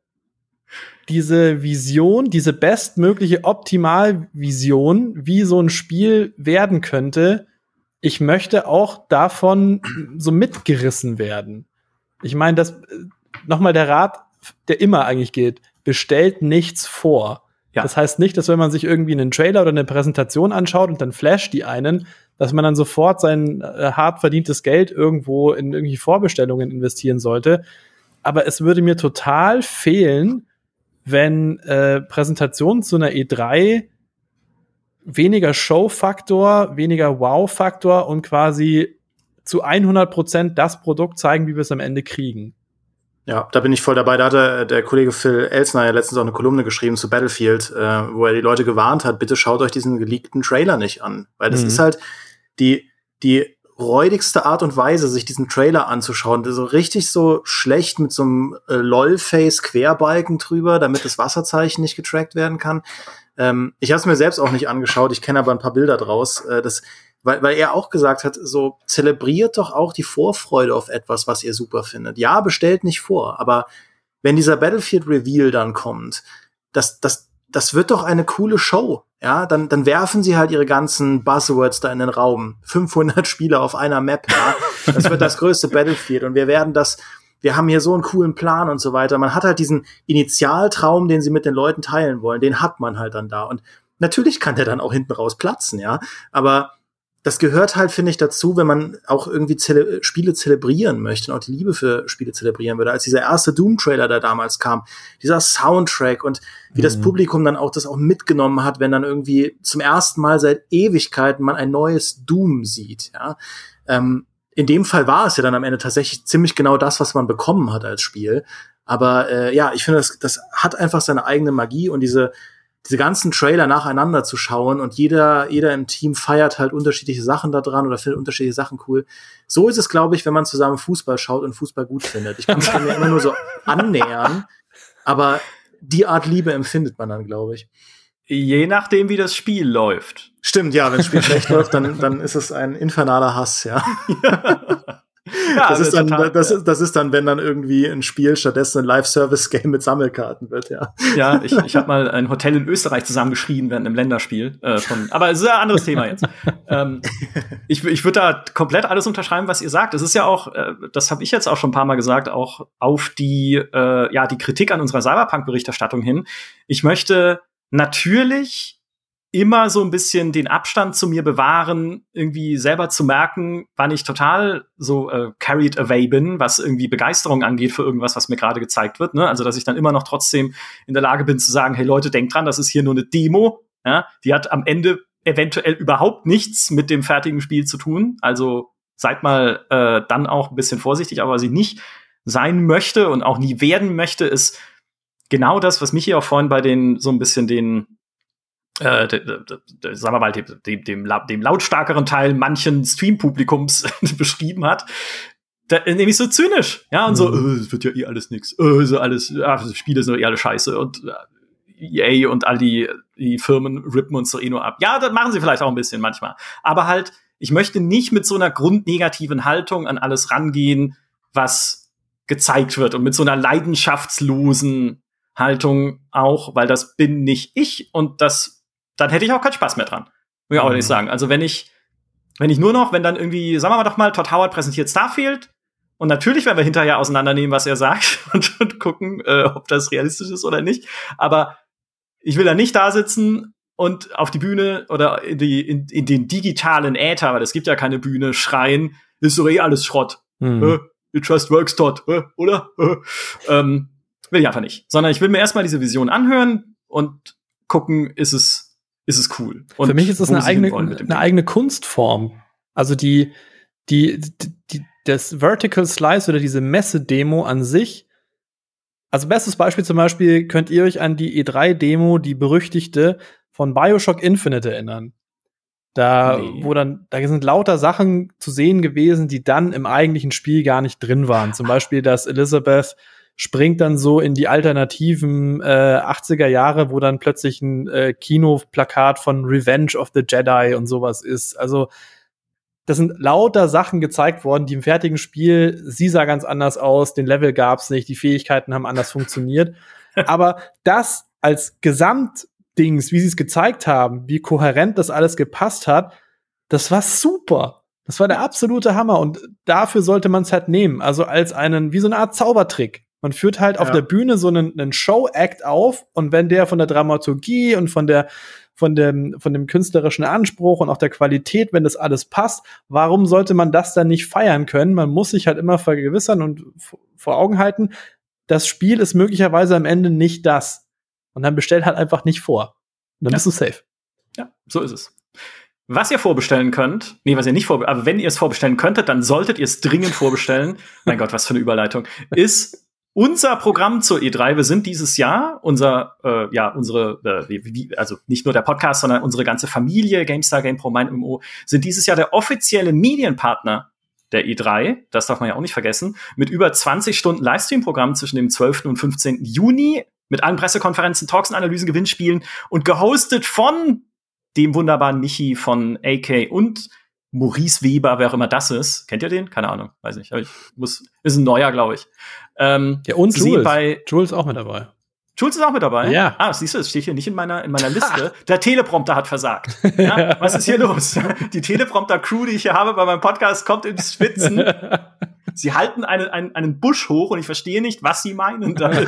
diese Vision, diese bestmögliche Optimalvision, wie so ein Spiel werden könnte, ich möchte auch davon so mitgerissen werden. Ich meine, das nochmal der Rat, der immer eigentlich gilt, bestellt nichts vor. Ja. Das heißt nicht, dass wenn man sich irgendwie einen Trailer oder eine Präsentation anschaut und dann flasht die einen, dass man dann sofort sein hart verdientes Geld irgendwo in irgendwie Vorbestellungen investieren sollte. Aber es würde mir total fehlen, wenn Präsentationen zu einer E3 weniger Show-Faktor, weniger Wow-Faktor und quasi zu 100% das Produkt zeigen, wie wir es am Ende kriegen. Ja, da bin ich voll dabei. Da hat der Kollege Phil Elsner ja letztens auch eine Kolumne geschrieben zu Battlefield, wo er die Leute gewarnt hat, bitte schaut euch diesen geleakten Trailer nicht an. Weil das ist halt die räudigste Art und Weise, sich diesen Trailer anzuschauen. So richtig so schlecht mit so einem LOL-Face-Querbalken drüber, damit das Wasserzeichen nicht getrackt werden kann. Ich habe es mir selbst auch nicht angeschaut, ich kenne aber ein paar Bilder draus. Weil er auch gesagt hat, so zelebriert doch auch die Vorfreude auf etwas, was ihr super findet. Ja, bestellt nicht vor, aber wenn dieser Battlefield-Reveal dann kommt, das wird doch eine coole Show. Ja, dann werfen sie halt ihre ganzen Buzzwords da in den Raum. 500 Spieler auf einer Map, ja. Das wird das größte Battlefield und wir haben hier so einen coolen Plan und so weiter. Man hat halt diesen Initialtraum, den sie mit den Leuten teilen wollen, den hat man halt dann da. Und natürlich kann der dann auch hinten raus platzen, ja. Aber das gehört halt, finde ich, dazu, wenn man auch irgendwie Spiele zelebrieren möchte und auch die Liebe für Spiele zelebrieren würde. Als dieser erste Doom-Trailer, der damals kam, dieser Soundtrack und wie das Publikum dann auch das auch mitgenommen hat, wenn dann irgendwie zum ersten Mal seit Ewigkeiten man ein neues Doom sieht. Ja, in dem Fall war es ja dann am Ende tatsächlich ziemlich genau das, was man bekommen hat als Spiel. Aber ja, ich finde, das hat einfach seine eigene Magie und diese ganzen Trailer nacheinander zu schauen und jeder im Team feiert halt unterschiedliche Sachen da dran oder findet unterschiedliche Sachen cool. So ist es, glaube ich, wenn man zusammen Fußball schaut und Fußball gut findet. Ich kann mich dem ja immer nur so annähern, aber die Art Liebe empfindet man dann, glaube ich. Je nachdem, wie das Spiel läuft. Stimmt, ja, wenn das Spiel schlecht läuft, dann ist es ein infernaler Hass, ja. Ja, das ist dann, total, das ist dann, wenn dann irgendwie ein Spiel stattdessen ein Live-Service-Game mit Sammelkarten wird, ja. Ja, ich habe mal ein Hotel in Österreich zusammengeschrien während einem Länderspiel. Aber es ist ja ein anderes Thema jetzt. Ich würde da komplett alles unterschreiben, was ihr sagt. Es ist ja auch, das habe ich jetzt auch schon ein paar Mal gesagt, auch auf die Kritik an unserer Cyberpunk-Berichterstattung hin. Ich möchte natürlich immer so ein bisschen den Abstand zu mir bewahren, irgendwie selber zu merken, wann ich total so carried away bin, was irgendwie Begeisterung angeht für irgendwas, was mir gerade gezeigt wird. Ne? Also, dass ich dann immer noch trotzdem in der Lage bin zu sagen, hey Leute, denkt dran, das ist hier nur eine Demo. Ja? Die hat am Ende eventuell überhaupt nichts mit dem fertigen Spiel zu tun. Also seid mal dann auch ein bisschen vorsichtig. Aber was ich nicht sein möchte und auch nie werden möchte, ist genau das, was mich hier auch vorhin bei den so ein bisschen den sagen wir mal, dem lautstarkeren Teil manchen Stream-Publikums beschrieben hat, nämlich so zynisch, ja, und so, es wird ja eh alles nix, so alles, Spiele sind doch eh alle scheiße und EA und all die Firmen rippen uns doch eh nur ab. Ja, das machen sie vielleicht auch ein bisschen manchmal. Aber halt, ich möchte nicht mit so einer grundnegativen Haltung an alles rangehen, was gezeigt wird und mit so einer leidenschaftslosen Haltung auch, weil das bin nicht ich und dann hätte ich auch keinen Spaß mehr dran. Will ich auch nicht sagen. Also wenn dann irgendwie, sagen wir doch mal, Todd Howard präsentiert Starfield und natürlich werden wir hinterher auseinandernehmen, was er sagt und gucken, ob das realistisch ist oder nicht. Aber ich will da nicht da sitzen und auf die Bühne oder in den digitalen Äther, weil es gibt ja keine Bühne, schreien, ist doch eh alles Schrott. It just works, Todd, oder? Will ich einfach nicht. Sondern ich will mir erstmal diese Vision anhören und gucken, ist es cool. Und für mich ist es eine eigene Kunstform. Also das Vertical Slice oder diese Messe-Demo an sich. Also bestes Beispiel zum Beispiel könnt ihr euch an die E3-Demo, die berüchtigte, von BioShock Infinite erinnern. Da sind lauter Sachen zu sehen gewesen, die dann im eigentlichen Spiel gar nicht drin waren. Zum Beispiel, dass Elizabeth springt dann so in die alternativen 80er Jahre, wo dann plötzlich ein Kinoplakat von Revenge of the Jedi und sowas ist. Also das sind lauter Sachen gezeigt worden, die im fertigen Spiel, sie sah ganz anders aus, den Level gab's nicht, die Fähigkeiten haben anders funktioniert. Aber das als Gesamtdings, wie sie es gezeigt haben, wie kohärent das alles gepasst hat, das war super. Das war der absolute Hammer und dafür sollte man es halt nehmen. Also als wie so eine Art Zaubertrick. Man führt halt auf der Bühne so einen Show-Act auf und wenn der von der Dramaturgie und von dem künstlerischen Anspruch und auch der Qualität, wenn das alles passt, warum sollte man das dann nicht feiern können? Man muss sich halt immer vergewissern und vor Augen halten, das Spiel ist möglicherweise am Ende nicht das. Und dann bestellt halt einfach nicht vor. Und dann bist du safe. Ja, so ist es. Was ihr vorbestellen könnt, was ihr nicht aber wenn ihr es vorbestellen könntet, dann solltet ihr es dringend vorbestellen. Mein Gott, was für eine Überleitung. Ist unser Programm zur E3. Wir sind dieses Jahr also nicht nur der Podcast, sondern unsere ganze Familie, GameStar, GamePro, MeinMMO, sind dieses Jahr der offizielle Medienpartner der E3. Das darf man ja auch nicht vergessen. Mit über 20 Stunden Livestream-Programm zwischen dem 12. und 15. Juni. Mit allen Pressekonferenzen, Talks und Analysen, Gewinnspielen und gehostet von dem wunderbaren Michi von AK und Maurice Weber, wer auch immer das ist. Kennt ihr den? Keine Ahnung, weiß nicht. Ist ein neuer, glaube ich. Und Jules. Jules auch mit dabei. Jules ist auch mit dabei? Ja. Siehst du, das steht hier nicht in meiner Liste. Der Teleprompter hat versagt. Ja, was ist hier los? Die Teleprompter-Crew, die ich hier habe bei meinem Podcast, kommt ins Schwitzen. Sie halten einen Busch hoch und ich verstehe nicht, was sie meinen damit.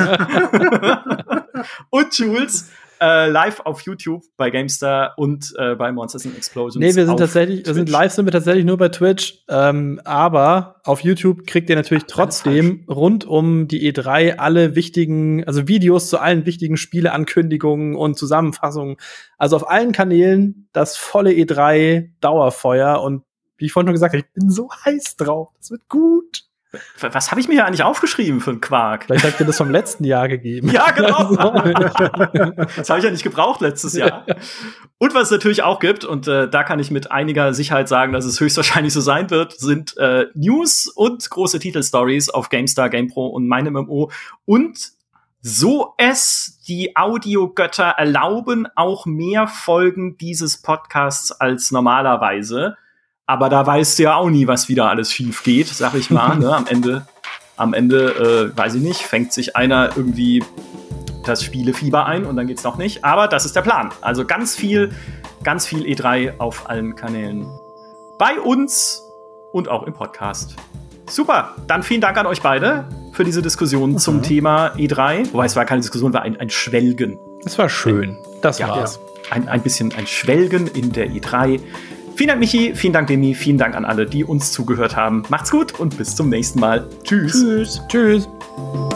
Und Jules live auf YouTube bei GameStar und bei Monsters and Explosions. Nee, live sind wir tatsächlich nur bei Twitch, aber auf YouTube kriegt ihr natürlich trotzdem rund um die E3 alle wichtigen, also Videos zu allen wichtigen Spieleankündigungen und Zusammenfassungen. Also auf allen Kanälen das volle E3 Dauerfeuer und wie ich vorhin schon gesagt habe, ich bin so heiß drauf. Das wird gut. Was habe ich mir hier eigentlich aufgeschrieben für einen Quark? Vielleicht habt ihr das vom letzten Jahr gegeben. Ja, genau. Das habe ich ja nicht gebraucht letztes Jahr. Und was es natürlich auch gibt, und da kann ich mit einiger Sicherheit sagen, dass es höchstwahrscheinlich so sein wird, sind News und große Titelstories auf GameStar, GamePro und MeinMMO. Und so es die Audiogötter erlauben, auch mehr Folgen dieses Podcasts als normalerweise. Aber da weißt du ja auch nie, was wieder alles schief geht, sag ich mal. Ne? Am Ende, weiß ich nicht, fängt sich einer irgendwie das Spielefieber ein und dann geht's noch nicht. Aber das ist der Plan. Also ganz viel E3 auf allen Kanälen. Bei uns und auch im Podcast. Super, dann vielen Dank an euch beide für diese Diskussion zum Thema E3. Wobei es war keine Diskussion, war ein Schwelgen. Das war schön. Das war's. Ein bisschen ein Schwelgen in der E3. Vielen Dank, Michi. Vielen Dank, Demi. Vielen Dank an alle, die uns zugehört haben. Macht's gut und bis zum nächsten Mal. Tschüss. Tschüss.